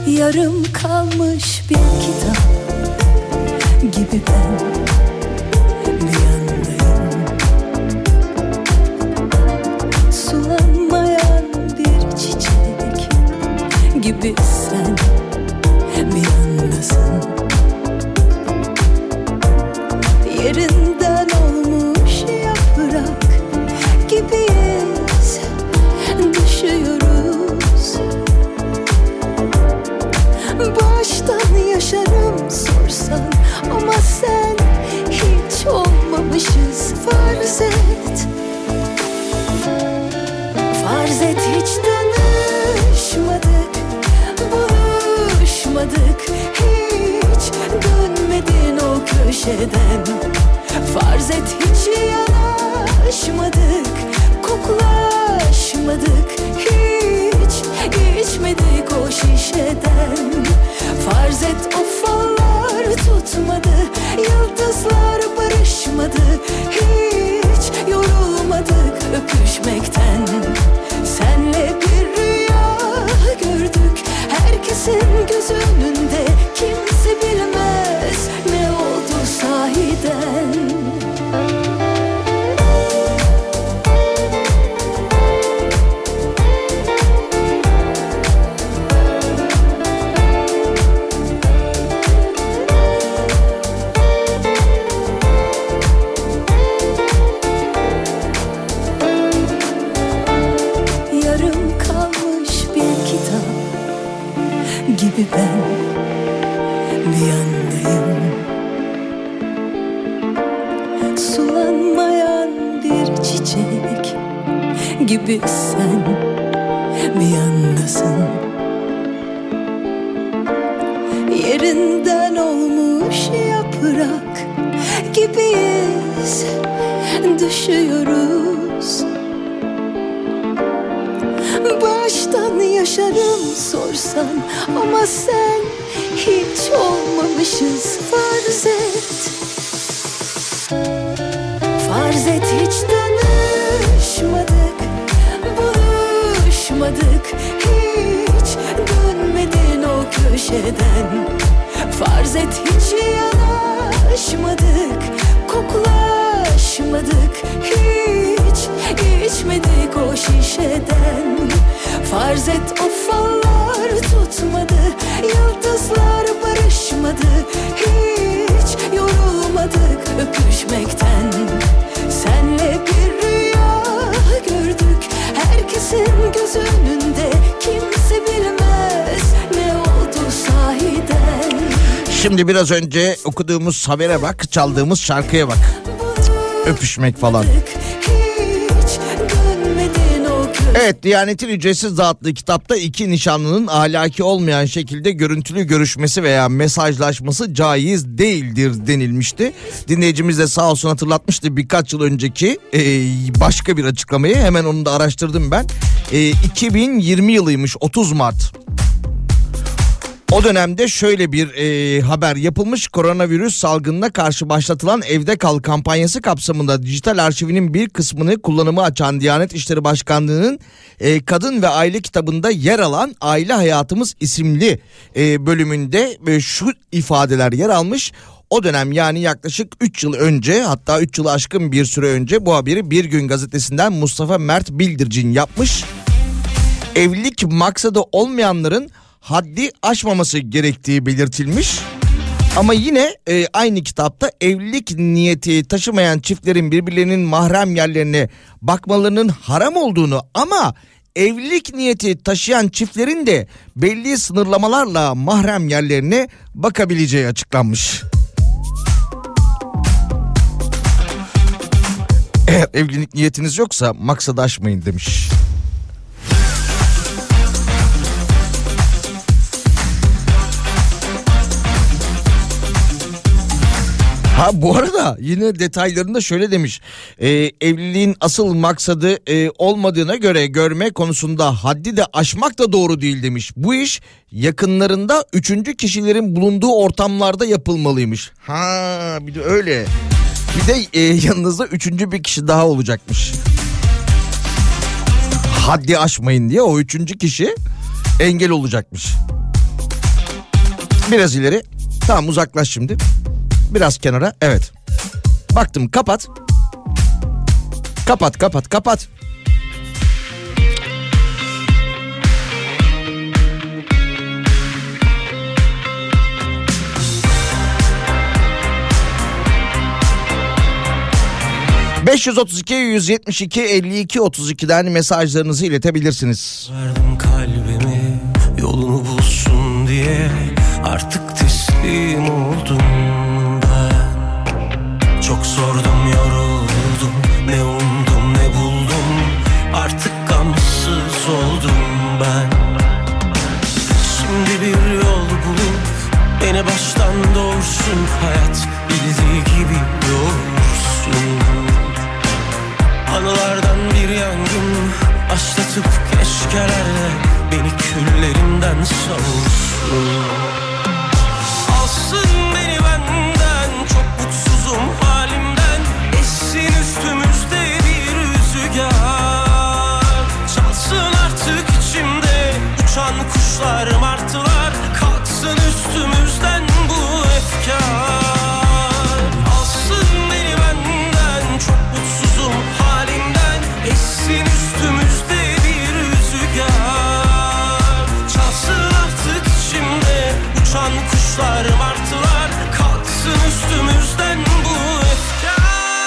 Yarım kalmış bir kitap gibi ben bir yandayım. Sulanmayan bir çiçek gibi sen bir yandasın. Yerinden olmuş yaprak gibiyiz, düşüyoruz. Baştan yaşarım sorsan ama sen hiç olmamışız. Farz et, farz et hiç tanışmadık, buluşmadık, hiç dönmedin o köşeden. Farz et hiç yanaşmadık, koklaşmadık, hiç içmedik o şişeden. Farz et o fallar tutmadı, yıldızlar barışmadı, hiç yorulmadık öpüşmekten. Senle bir rüya gördük, herkesin göz önünde, kimse bilmez ne oldu sahiden. Gibi ben bir yandayım. Sulanmayan bir çiçek gibi sen bir yandasın. Yerinden olmuş yaprak gibiyiz, düşüyoruz. Baştan yaşarım sorsan ama sen hiç olmamışız. Farz et, farz et hiç tanışmadık, buluşmadık, hiç dönmedin o köşeden. Farz et hiç yanaşmadık, koklaşmadık, hiç içmedik o şişeden. Farz et o fallar tutmadı, yıldızlar barışmadı, hiç yorulmadık öpüşmekten. Senle bir rüya gördük, herkesin göz önünde, kimse bilmez ne oldu sahiden. Şimdi biraz önce okuduğumuz habere bak, çaldığımız şarkıya bak. Öpüşmek falan. Evet, Diyanet'in ücretsiz dağıttığı kitapta iki nişanlının ahlaki olmayan şekilde görüntülü görüşmesi veya mesajlaşması caiz değildir denilmişti. Dinleyicimiz de sağ olsun hatırlatmıştı birkaç yıl önceki başka bir açıklamayı. Hemen onu da araştırdım ben. 2020 yılıymış, 30 Mart. O dönemde şöyle bir haber yapılmış. Koronavirüs salgınına karşı başlatılan Evde Kal kampanyası kapsamında dijital arşivinin bir kısmını kullanıma açan Diyanet İşleri Başkanlığı'nın Kadın ve Aile kitabında yer alan Aile Hayatımız isimli bölümünde şu ifadeler yer almış. O dönem, yani yaklaşık 3 yıl önce, hatta 3 yılı aşkın bir süre önce bu haberi Bir Gün gazetesinden Mustafa Mert Bildircin yapmış. Evlilik maksadı olmayanların haddi aşmaması gerektiği belirtilmiş. Ama yine aynı kitapta evlilik niyeti taşımayan çiftlerin birbirlerinin mahrem yerlerine bakmalarının haram olduğunu, ama evlilik niyeti taşıyan çiftlerin de belli sınırlamalarla mahrem yerlerine bakabileceği açıklanmış. Eğer evlilik niyetiniz yoksa maksadı aşmayın demiş. Ha, bu arada yine detaylarında şöyle demiş. Evliliğin asıl maksadı olmadığına göre görme konusunda haddi de aşmak da doğru değil demiş. Bu iş yakınlarında üçüncü kişilerin bulunduğu ortamlarda yapılmalıymış. Ha, bir de öyle. Bir de yanınızda üçüncü bir kişi daha olacakmış. Haddi aşmayın diye o üçüncü kişi engel olacakmış. Biraz ileri. Tamam, uzaklaş şimdi. Biraz kenara. Evet. Baktım, kapat. Kapat. 532 172 52 32'den mesajlarınızı iletebilirsiniz. Verdim kalbimi yolunu bulsun diye, artık teslim oldum ben. Çok sordum, yoruldum, ne umdum ne buldum, artık gamsız oldum ben. Şimdi bir yol bulup beni baştan doğursun, hayat bildiği gibi doğursun. Anılardan bir yangın başlatıp keşkelerle beni küllerinden savursun. Alsın beni benden, çok mutsuzum halimden, essin üstümüzde bir rüzgar. Çalsın artık içimde uçan kuşlar, martılar, kalksın üstümüzden bu efkar. Alsın beni benden, çok mutsuzum halimden, essin üstümüzde bir rüzgar. Çalsın artık içimde uçan kuşlar, martılar, kalksın üstümüzden bu efkar.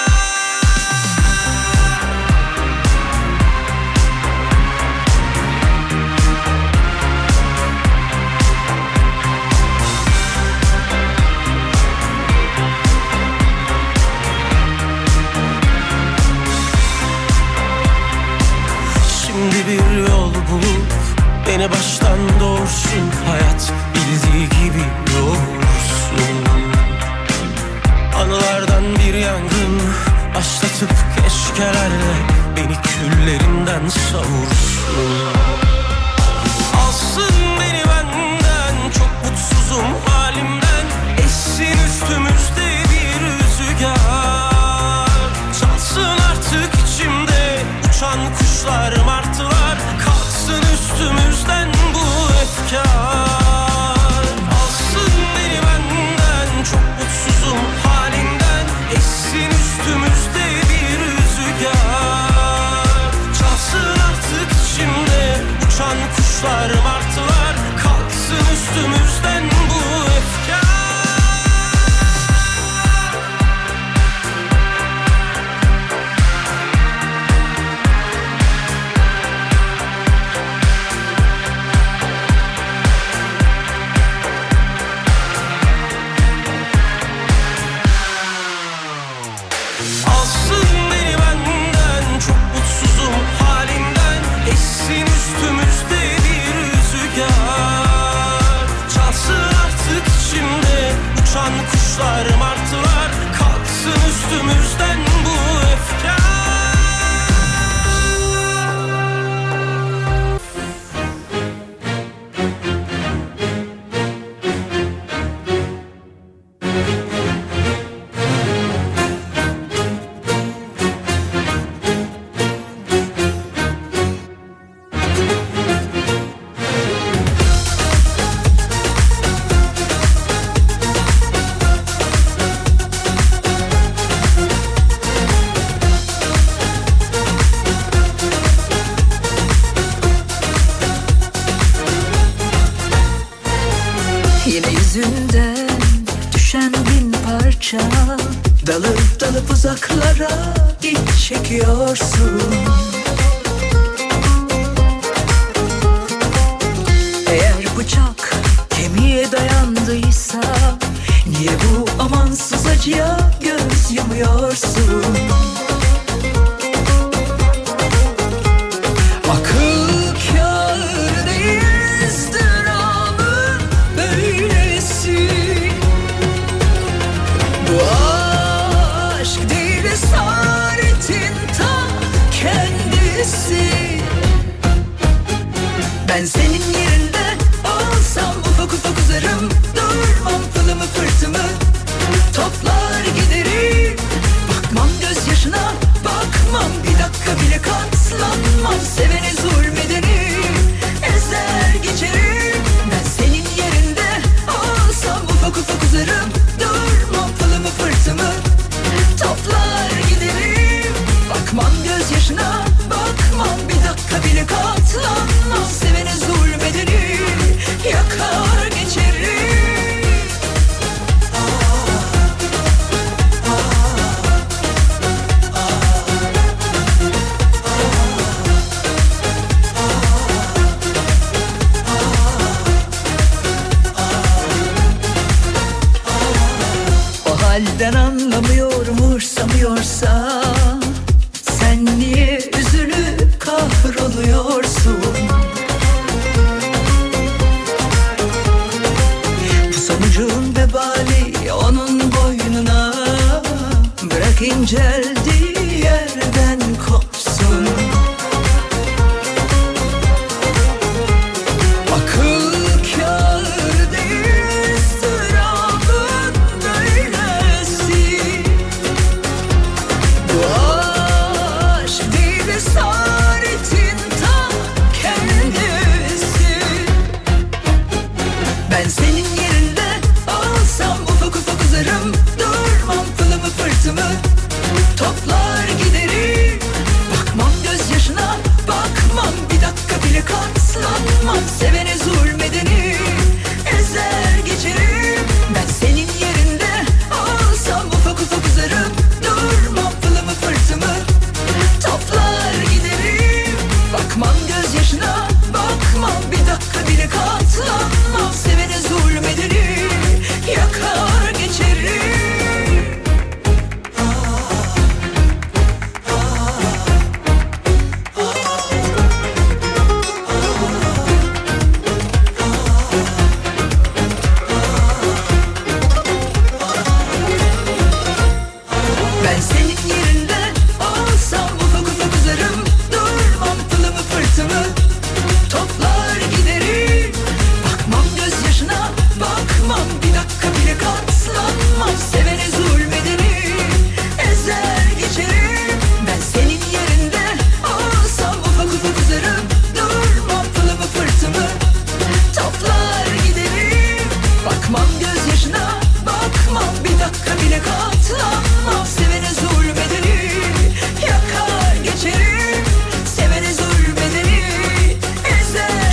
Şimdi bir yol bulup beni baştan doğursun, hayat bildiği gibi doğursun. Anılardan bir yangın başlatıp keşkelerle beni küllerinden savursun. Alsın beni benden, çok mutsuzum halimden, essin üstümüzde bir rüzgar. Çalsın artık içimde uçan kuşlar, martılar, kalksın üstümüzden bu efkar. Alsın beni benden, çok mutsuzum halimden, essin üstümüzde bir rüzgar. Çalsın artık içimde uçan kuşlar, martılar, kalksın üstümüzden bu efkar. Alsın beni benden, çok mutsuzum halimden, essin üstümüzde bir rüzgar. Çalsın artık içimde uçan kuşlar, martılar, kalksın üstümüzden bu efkar. Yine yüzünden düşen bin parça, dalıp dalıp uzaklara iç çekiyorsun. Eğer bıçak kemiğe dayandıysa, niye bu amansız acıya göz yumuyorsun? Akıl kâr değil ızdırabın böylesi. Bu aşk değil esaretin ta kendisi. Ben senin yerinde olsam ufak ufak uzarım, durmam pılımı fırtımı, toplar giderim. Bakmam gözyaşına, bakmam bir dakika bile katlanmam, sevene zulmedeni ezer geçerim. Ben senin yerinde olsam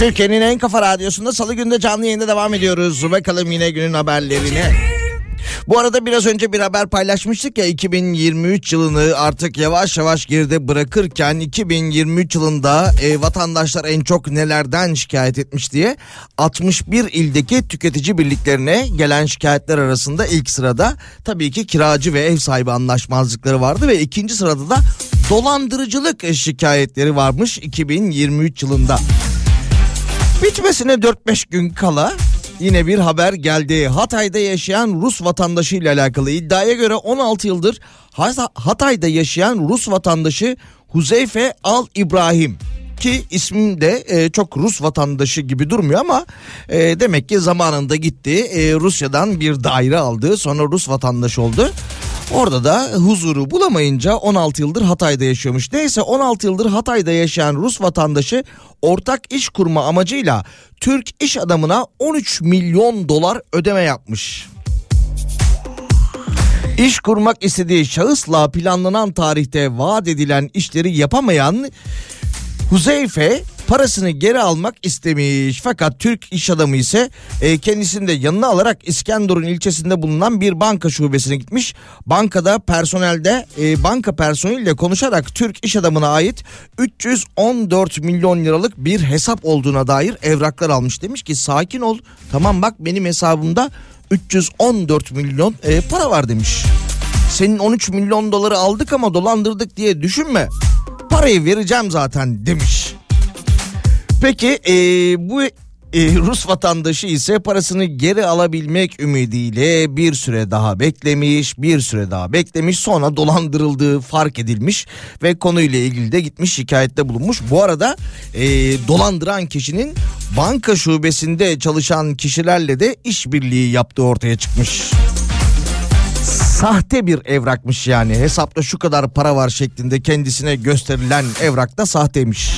Türkiye'nin en kafa radyosunda Salı günde canlı yayında devam ediyoruz. Bakalım yine günün haberlerine. Bu arada biraz önce bir haber paylaşmıştık ya, 2023 yılını artık yavaş yavaş geride bırakırken 2023 yılında vatandaşlar en çok nelerden şikayet etmiş diye 61 ildeki tüketici birliklerine gelen şikayetler arasında ilk sırada tabii ki kiracı ve ev sahibi anlaşmazlıkları vardı ve ikinci sırada da dolandırıcılık şikayetleri varmış 2023 yılında. Bitmesine 4-5 gün kala yine bir haber geldi. Hatay'da yaşayan Rus vatandaşı ile alakalı iddiaya göre 16 yıldır Hatay'da yaşayan Rus vatandaşı Huzeyfe Al İbrahim, ki ismim de çok Rus vatandaşı gibi durmuyor ama demek ki zamanında gitti, Rusya'dan bir daire aldı, sonra Rus vatandaşı oldu. Orada da huzuru bulamayınca 16 yıldır Hatay'da yaşıyormuş. Neyse, 16 yıldır Hatay'da yaşayan Rus vatandaşı ortak iş kurma amacıyla Türk iş adamına 13 milyon dolar ödeme yapmış. İş kurmak istediği şahısla planlanan tarihte vaat edilen işleri yapamayan Huzeyfe parasını geri almak istemiş. Fakat Türk iş adamı ise kendisini de yanına alarak İskenderun ilçesinde bulunan bir banka şubesine gitmiş. Bankada banka personeliyle konuşarak Türk iş adamına ait 314 milyon liralık bir hesap olduğuna dair evraklar almış. Demiş ki sakin ol, tamam bak benim hesabımda 314 milyon para var demiş. Senin 13 milyon doları aldık ama dolandırdık diye düşünme. Parayı vereceğim zaten demiş. Peki bu Rus vatandaşı ise parasını geri alabilmek ümidiyle bir süre daha beklemiş, sonra dolandırıldığı fark edilmiş ve konuyla ilgili de gitmiş şikayette bulunmuş. Bu arada dolandıran kişinin banka şubesinde çalışan kişilerle de işbirliği yaptığı ortaya çıkmış. Sahte bir evrakmış yani, hesapta şu kadar para var şeklinde kendisine gösterilen evrak da sahteymiş.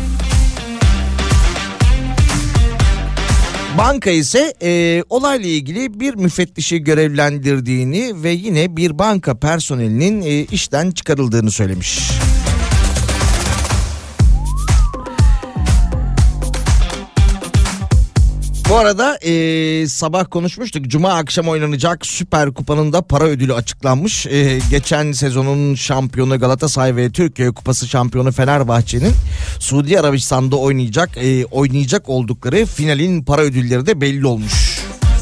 Banka ise olayla ilgili bir müfettişi görevlendirdiğini ve yine bir banka personelinin işten çıkarıldığını söylemiş. Bu arada sabah konuşmuştuk. Cuma akşam oynanacak Süper Kupa'nın da para ödülü açıklanmış. Geçen sezonun şampiyonu Galatasaray ve Türkiye Kupası şampiyonu Fenerbahçe'nin Suudi Arabistan'da oynayacak oldukları finalin para ödülleri de belli olmuş.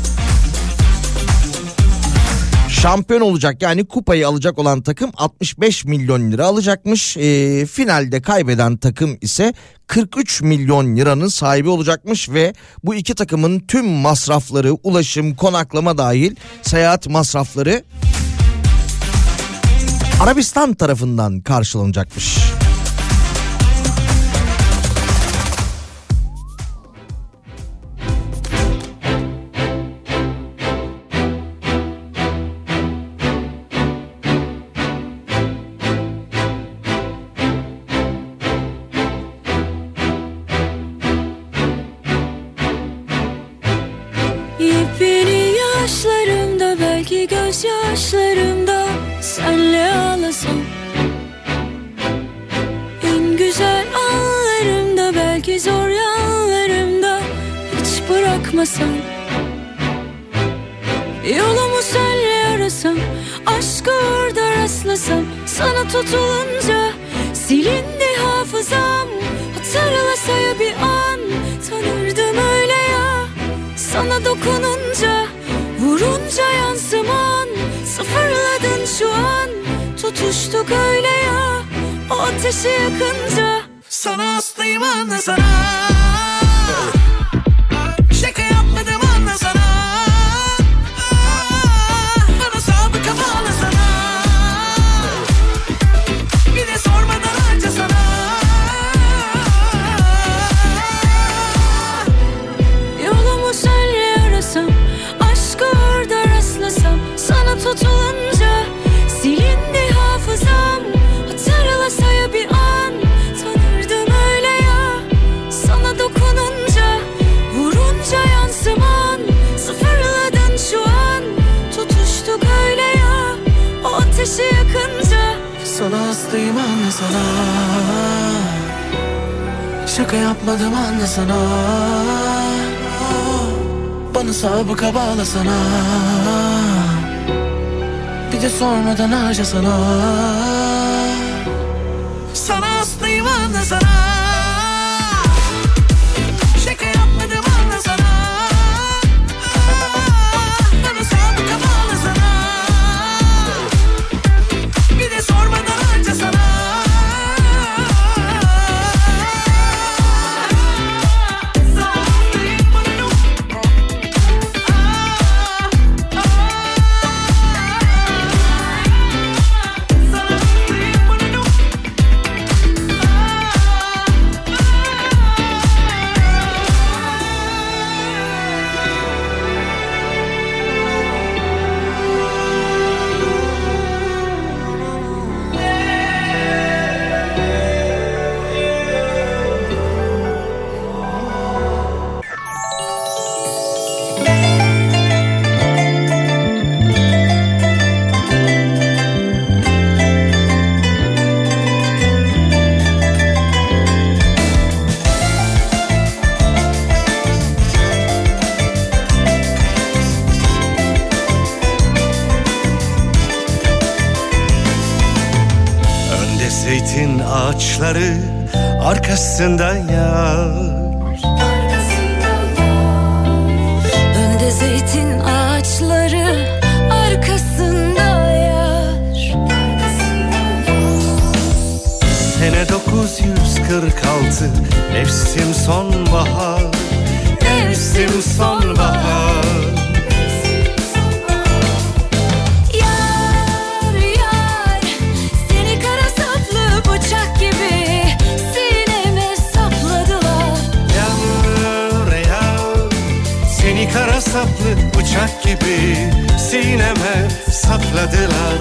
Şampiyon olacak, yani kupayı alacak olan takım 65 milyon lira alacakmış. Finalde kaybeden takım ise 43 milyon liranın sahibi olacakmış ve bu iki takımın tüm masrafları, ulaşım, konaklama dahil seyahat masrafları Arabistan tarafından karşılanacakmış. Gözyaşlarımda senle ağlasam, en güzel anlarımda, belki zor yanlarımda hiç bırakmasam, yolumu senle arasam, aşkı orada rastlasam, sana tutulunca silindi hafızam, hatırlasaya bir an tanırdım öyle ya, sana dokununca, vurunca yansıman, sıfırladın şu an, tutuştuk öyle ya, o ateşi yakınca. Sana hastayım anlasana, şaka yapmadım anlasana, bana sabıka bağlasana, bir de sormadan harcasana. Yolumu senle arasam, sana tutulunca silindi hafızam, hatırlasaya bir an tanırdım öyle ya, sana dokununca, vurunca yansıman, sıfırladın şu an, tutuştuk öyle ya, o ateşi yakınca. Sana hastayım anlasana, Şaka yapmadım anlasana, bana sabıka bağlasana, bir de sormadan harcasana. Sana hastayım anlasana, şaka yapmadım anlasana, bana sabıka bağlasana, bir de sormadan harcasana. Zeytin ağaçları arkasında yar, Önde zeytin ağaçları arkasında yar. Sene 946, mevsim sonbahar, mevsim sonbahar. Bıçak gibi sineme sapladılar. Yağmur yağ, seni kara saplı bıçak gibi sineme sapladılar.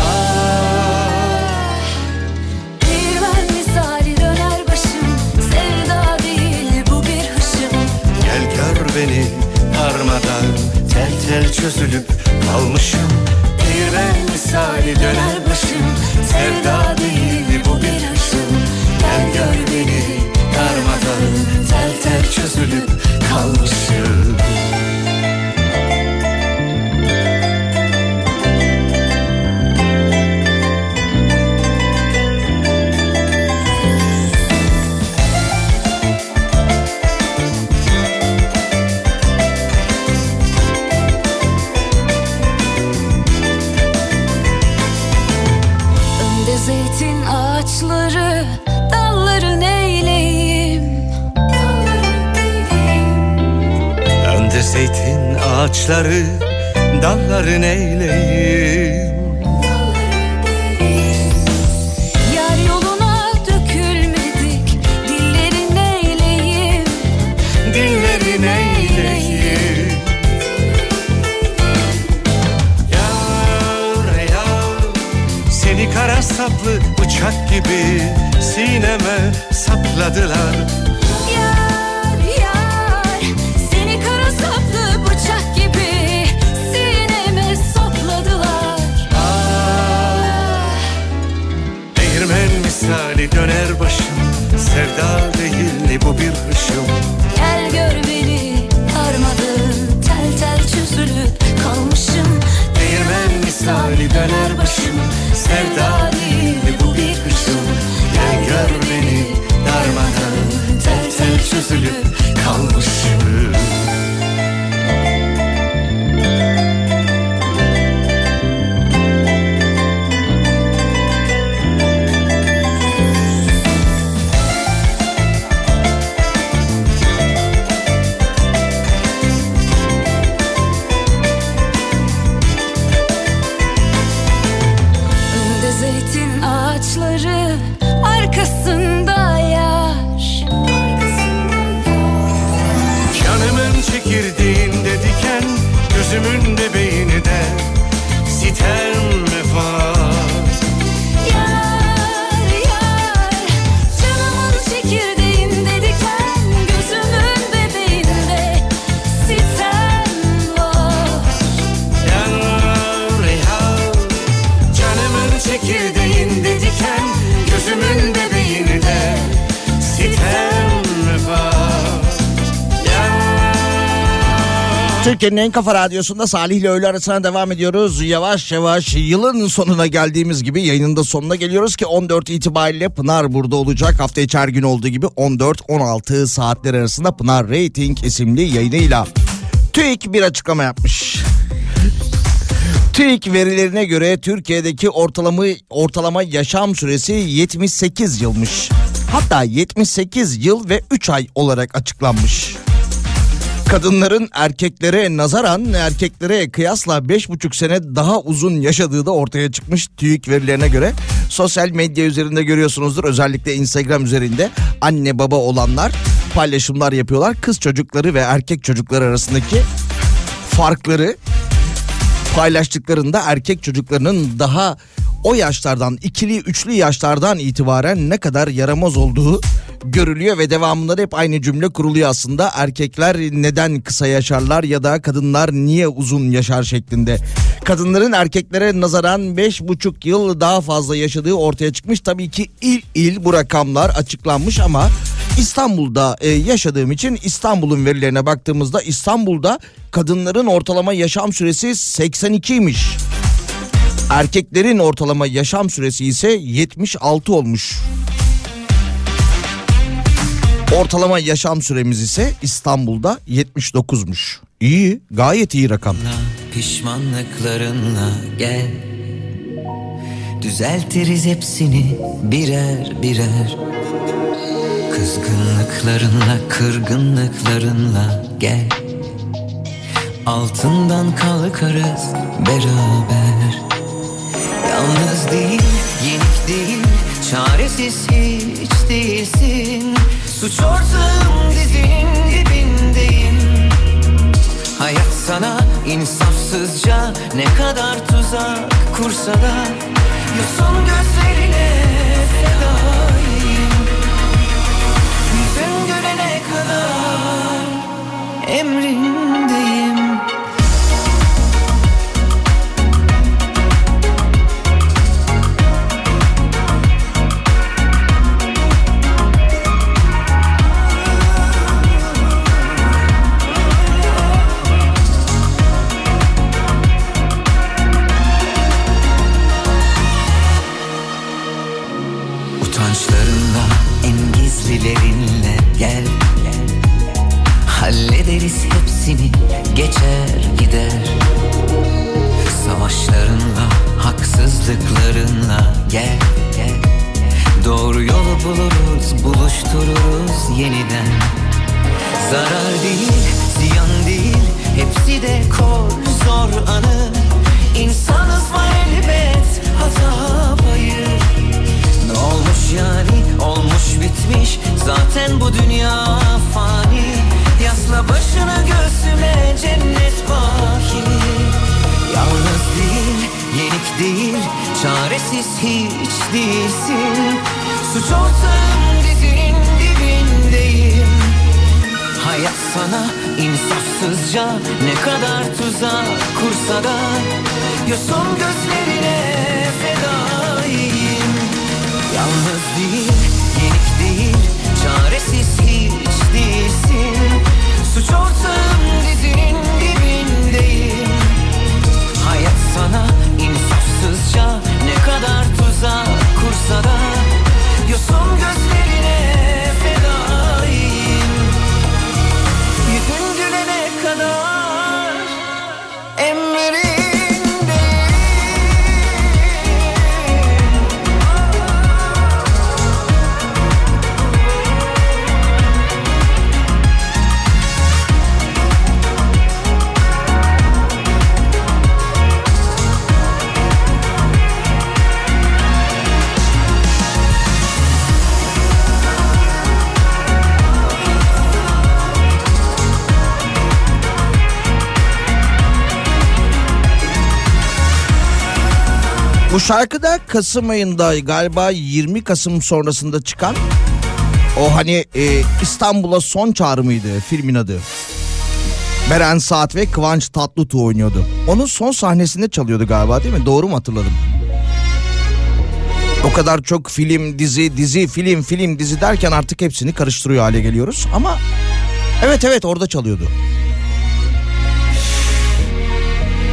Değirmen misali döner başım, sevda değil bu bir hışım. Gel gör beni darmadan, tel tel çözülüp kalmışım. Değirmen misali döner başım, sevda değil bu bir hışım. Gel gör beni darmadan, tel tel çözülüp kalmışım. Zeytin ağaçları, dalları neyleyim? Önde zeytin ağaçları, dalları neyleyim? Yar yoluna dökülmedik, dilleri neyleyim? Dilleri neyleyim? Yar yar, seni kara saplı bıçak gibi sineme sapladılar. Yar yar, seni kara saplı bıçak gibi sineme sapladılar. Değirmen misali döner başım, sevda değil bu bir hışım. Gel gör beni darmadağın, tel tel çözülüp kalmışım. Değirmen misali döner başım, sevda değil bu bir hışım. Gel gör beni darmadan, tel tel çözülüp kalmışım. Zeytin ağaçları arkasında yar. Canımın çekirdeğinde diken, gözümün bebeğini de sitem vefat. Yar yar, canımın çekirdeğinde diken, gözümün bebeğinde sitem var. Yar yar, canımın çekirdeğinde diken, gözümün bebeğini de sitem Türkiye'nin en kafa radyosunda Salih ile öğle arasına devam ediyoruz. Yavaş yavaş yılın sonuna geldiğimiz gibi yayının da sonuna geliyoruz ki 14 itibariyle Pınar burada olacak. Hafta içi her gün olduğu gibi 14-16 saatler arasında Pınar Rating isimli yayınıyla. TÜİK bir açıklama yapmış. TÜİK verilerine göre Türkiye'deki ortalama yaşam süresi 78 yılmış. Hatta 78 yıl ve 3 ay olarak açıklanmış. Kadınların erkeklere kıyasla 5,5 sene daha uzun yaşadığı da ortaya çıkmış TÜİK verilerine göre. Sosyal medya üzerinde görüyorsunuzdur, özellikle Instagram üzerinde anne baba olanlar paylaşımlar yapıyorlar. Kız çocukları ve erkek çocukları arasındaki farkları paylaştıklarında erkek çocuklarının daha o yaşlardan, ikili üçlü yaşlardan itibaren ne kadar yaramaz olduğu görülüyor ve devamında da hep aynı cümle kuruluyor aslında. Erkekler neden kısa yaşarlar ya da kadınlar niye uzun yaşar şeklinde. Kadınların erkeklere nazaran 5,5 yıl daha fazla yaşadığı ortaya çıkmış. Tabii ki il bu rakamlar açıklanmış ama İstanbul'da yaşadığım için İstanbul'un verilerine baktığımızda İstanbul'da kadınların ortalama yaşam süresi 82'ymiş. Erkeklerin ortalama yaşam süresi ise 76 olmuş. Ortalama yaşam süremiz ise İstanbul'da 79'muş. İyi, gayet iyi rakam. Pişmanlıklarınla gel, düzeltiriz hepsini birer birer. Kızgınlıklarınla, kırgınlıklarınla gel, altından kalkarız beraber. Yalnız değil, yenik değil, çaresiz hiç değilsin. Suç ortağım, dizin dibindeyim. Hayat sana insafsızca ne kadar tuzak kursa da yosun gözlerine fedayım. Yüzün gülene kadar emrindeyim. Dilerinle gel, hallederiz hepsini, geçer gider. Savaşlarınla, haksızlıklarınla gel, doğru yolu buluruz, buluştururuz yeniden. Zarar değil, ziyan değil, hepsi de kor zor anı. İnsanız var elbet, hata payı. Ne olmuş yani, olmuş bitmiş, zaten bu dünya fani. Yasla başını göğsüme, cennet baki. Yalnız değil, yenik değil, çaresiz hiç değilsin. Suç ortağım, dizinin dibindeyim. Hayat sana insafsızca ne kadar tuzak kursa da yosun gözlerine fedayım. Yalnız değil, yenik değil, çaresiz hiç değilsin. Suç ortağım, dizinin dibindeyim. Hayat sana insafsızca ne kadar tuzak kursa da yosun gözlerine fedayım. Yüzün gülene kadar emrindeyim. Bu şarkıda Kasım ayında galiba 20 Kasım sonrasında çıkan o hani İstanbul'a Son Çağrı mıydı filmin adı? Beren Saat ve Kıvanç Tatlıtuğ oynuyordu. Onun son sahnesinde çalıyordu galiba, değil mi? Doğru mu hatırladım? O kadar çok film, dizi, film, dizi derken artık hepsini karıştırıyor hale geliyoruz. Ama evet orada çalıyordu.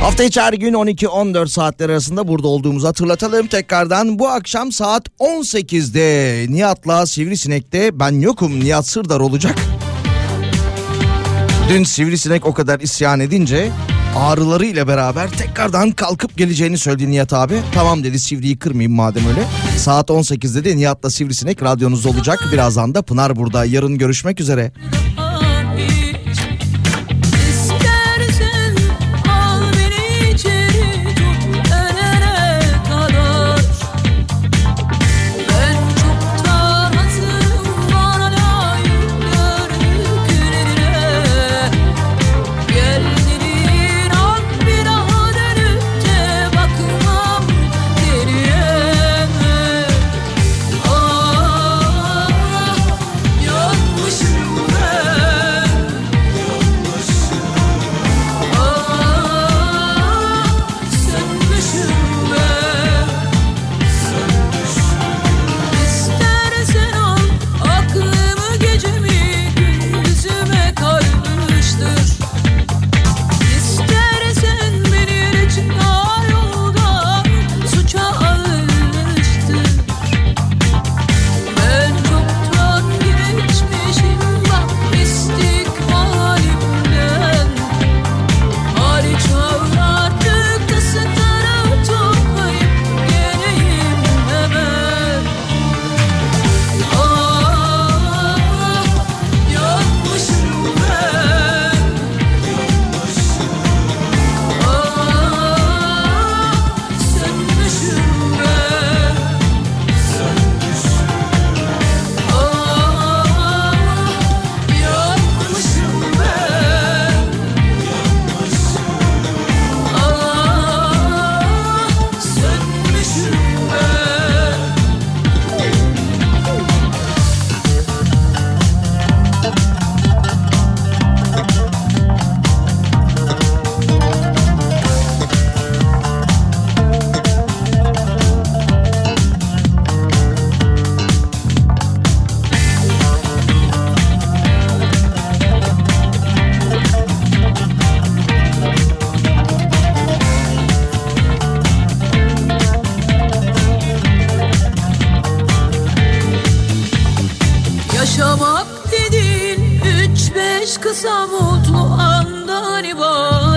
Hafta içi her gün 12-14 saatler arasında burada olduğumuzu hatırlatalım. Tekrardan bu akşam saat 18'de Nihat'la Sivrisinek'te ben yokum, Nihat Sırdar olacak. Dün Sivrisinek o kadar isyan edince ağrılarıyla beraber tekrardan kalkıp geleceğini söyledi Nihat abi. Tamam dedi, Sivri'yi kırmayayım madem öyle. Saat 18'de de Nihat'la Sivrisinek radyonuzda olacak. Birazdan da Pınar burada. Yarın görüşmek üzere. Yaşamak dediğin 3-5 kısa mutlu andan ibaret.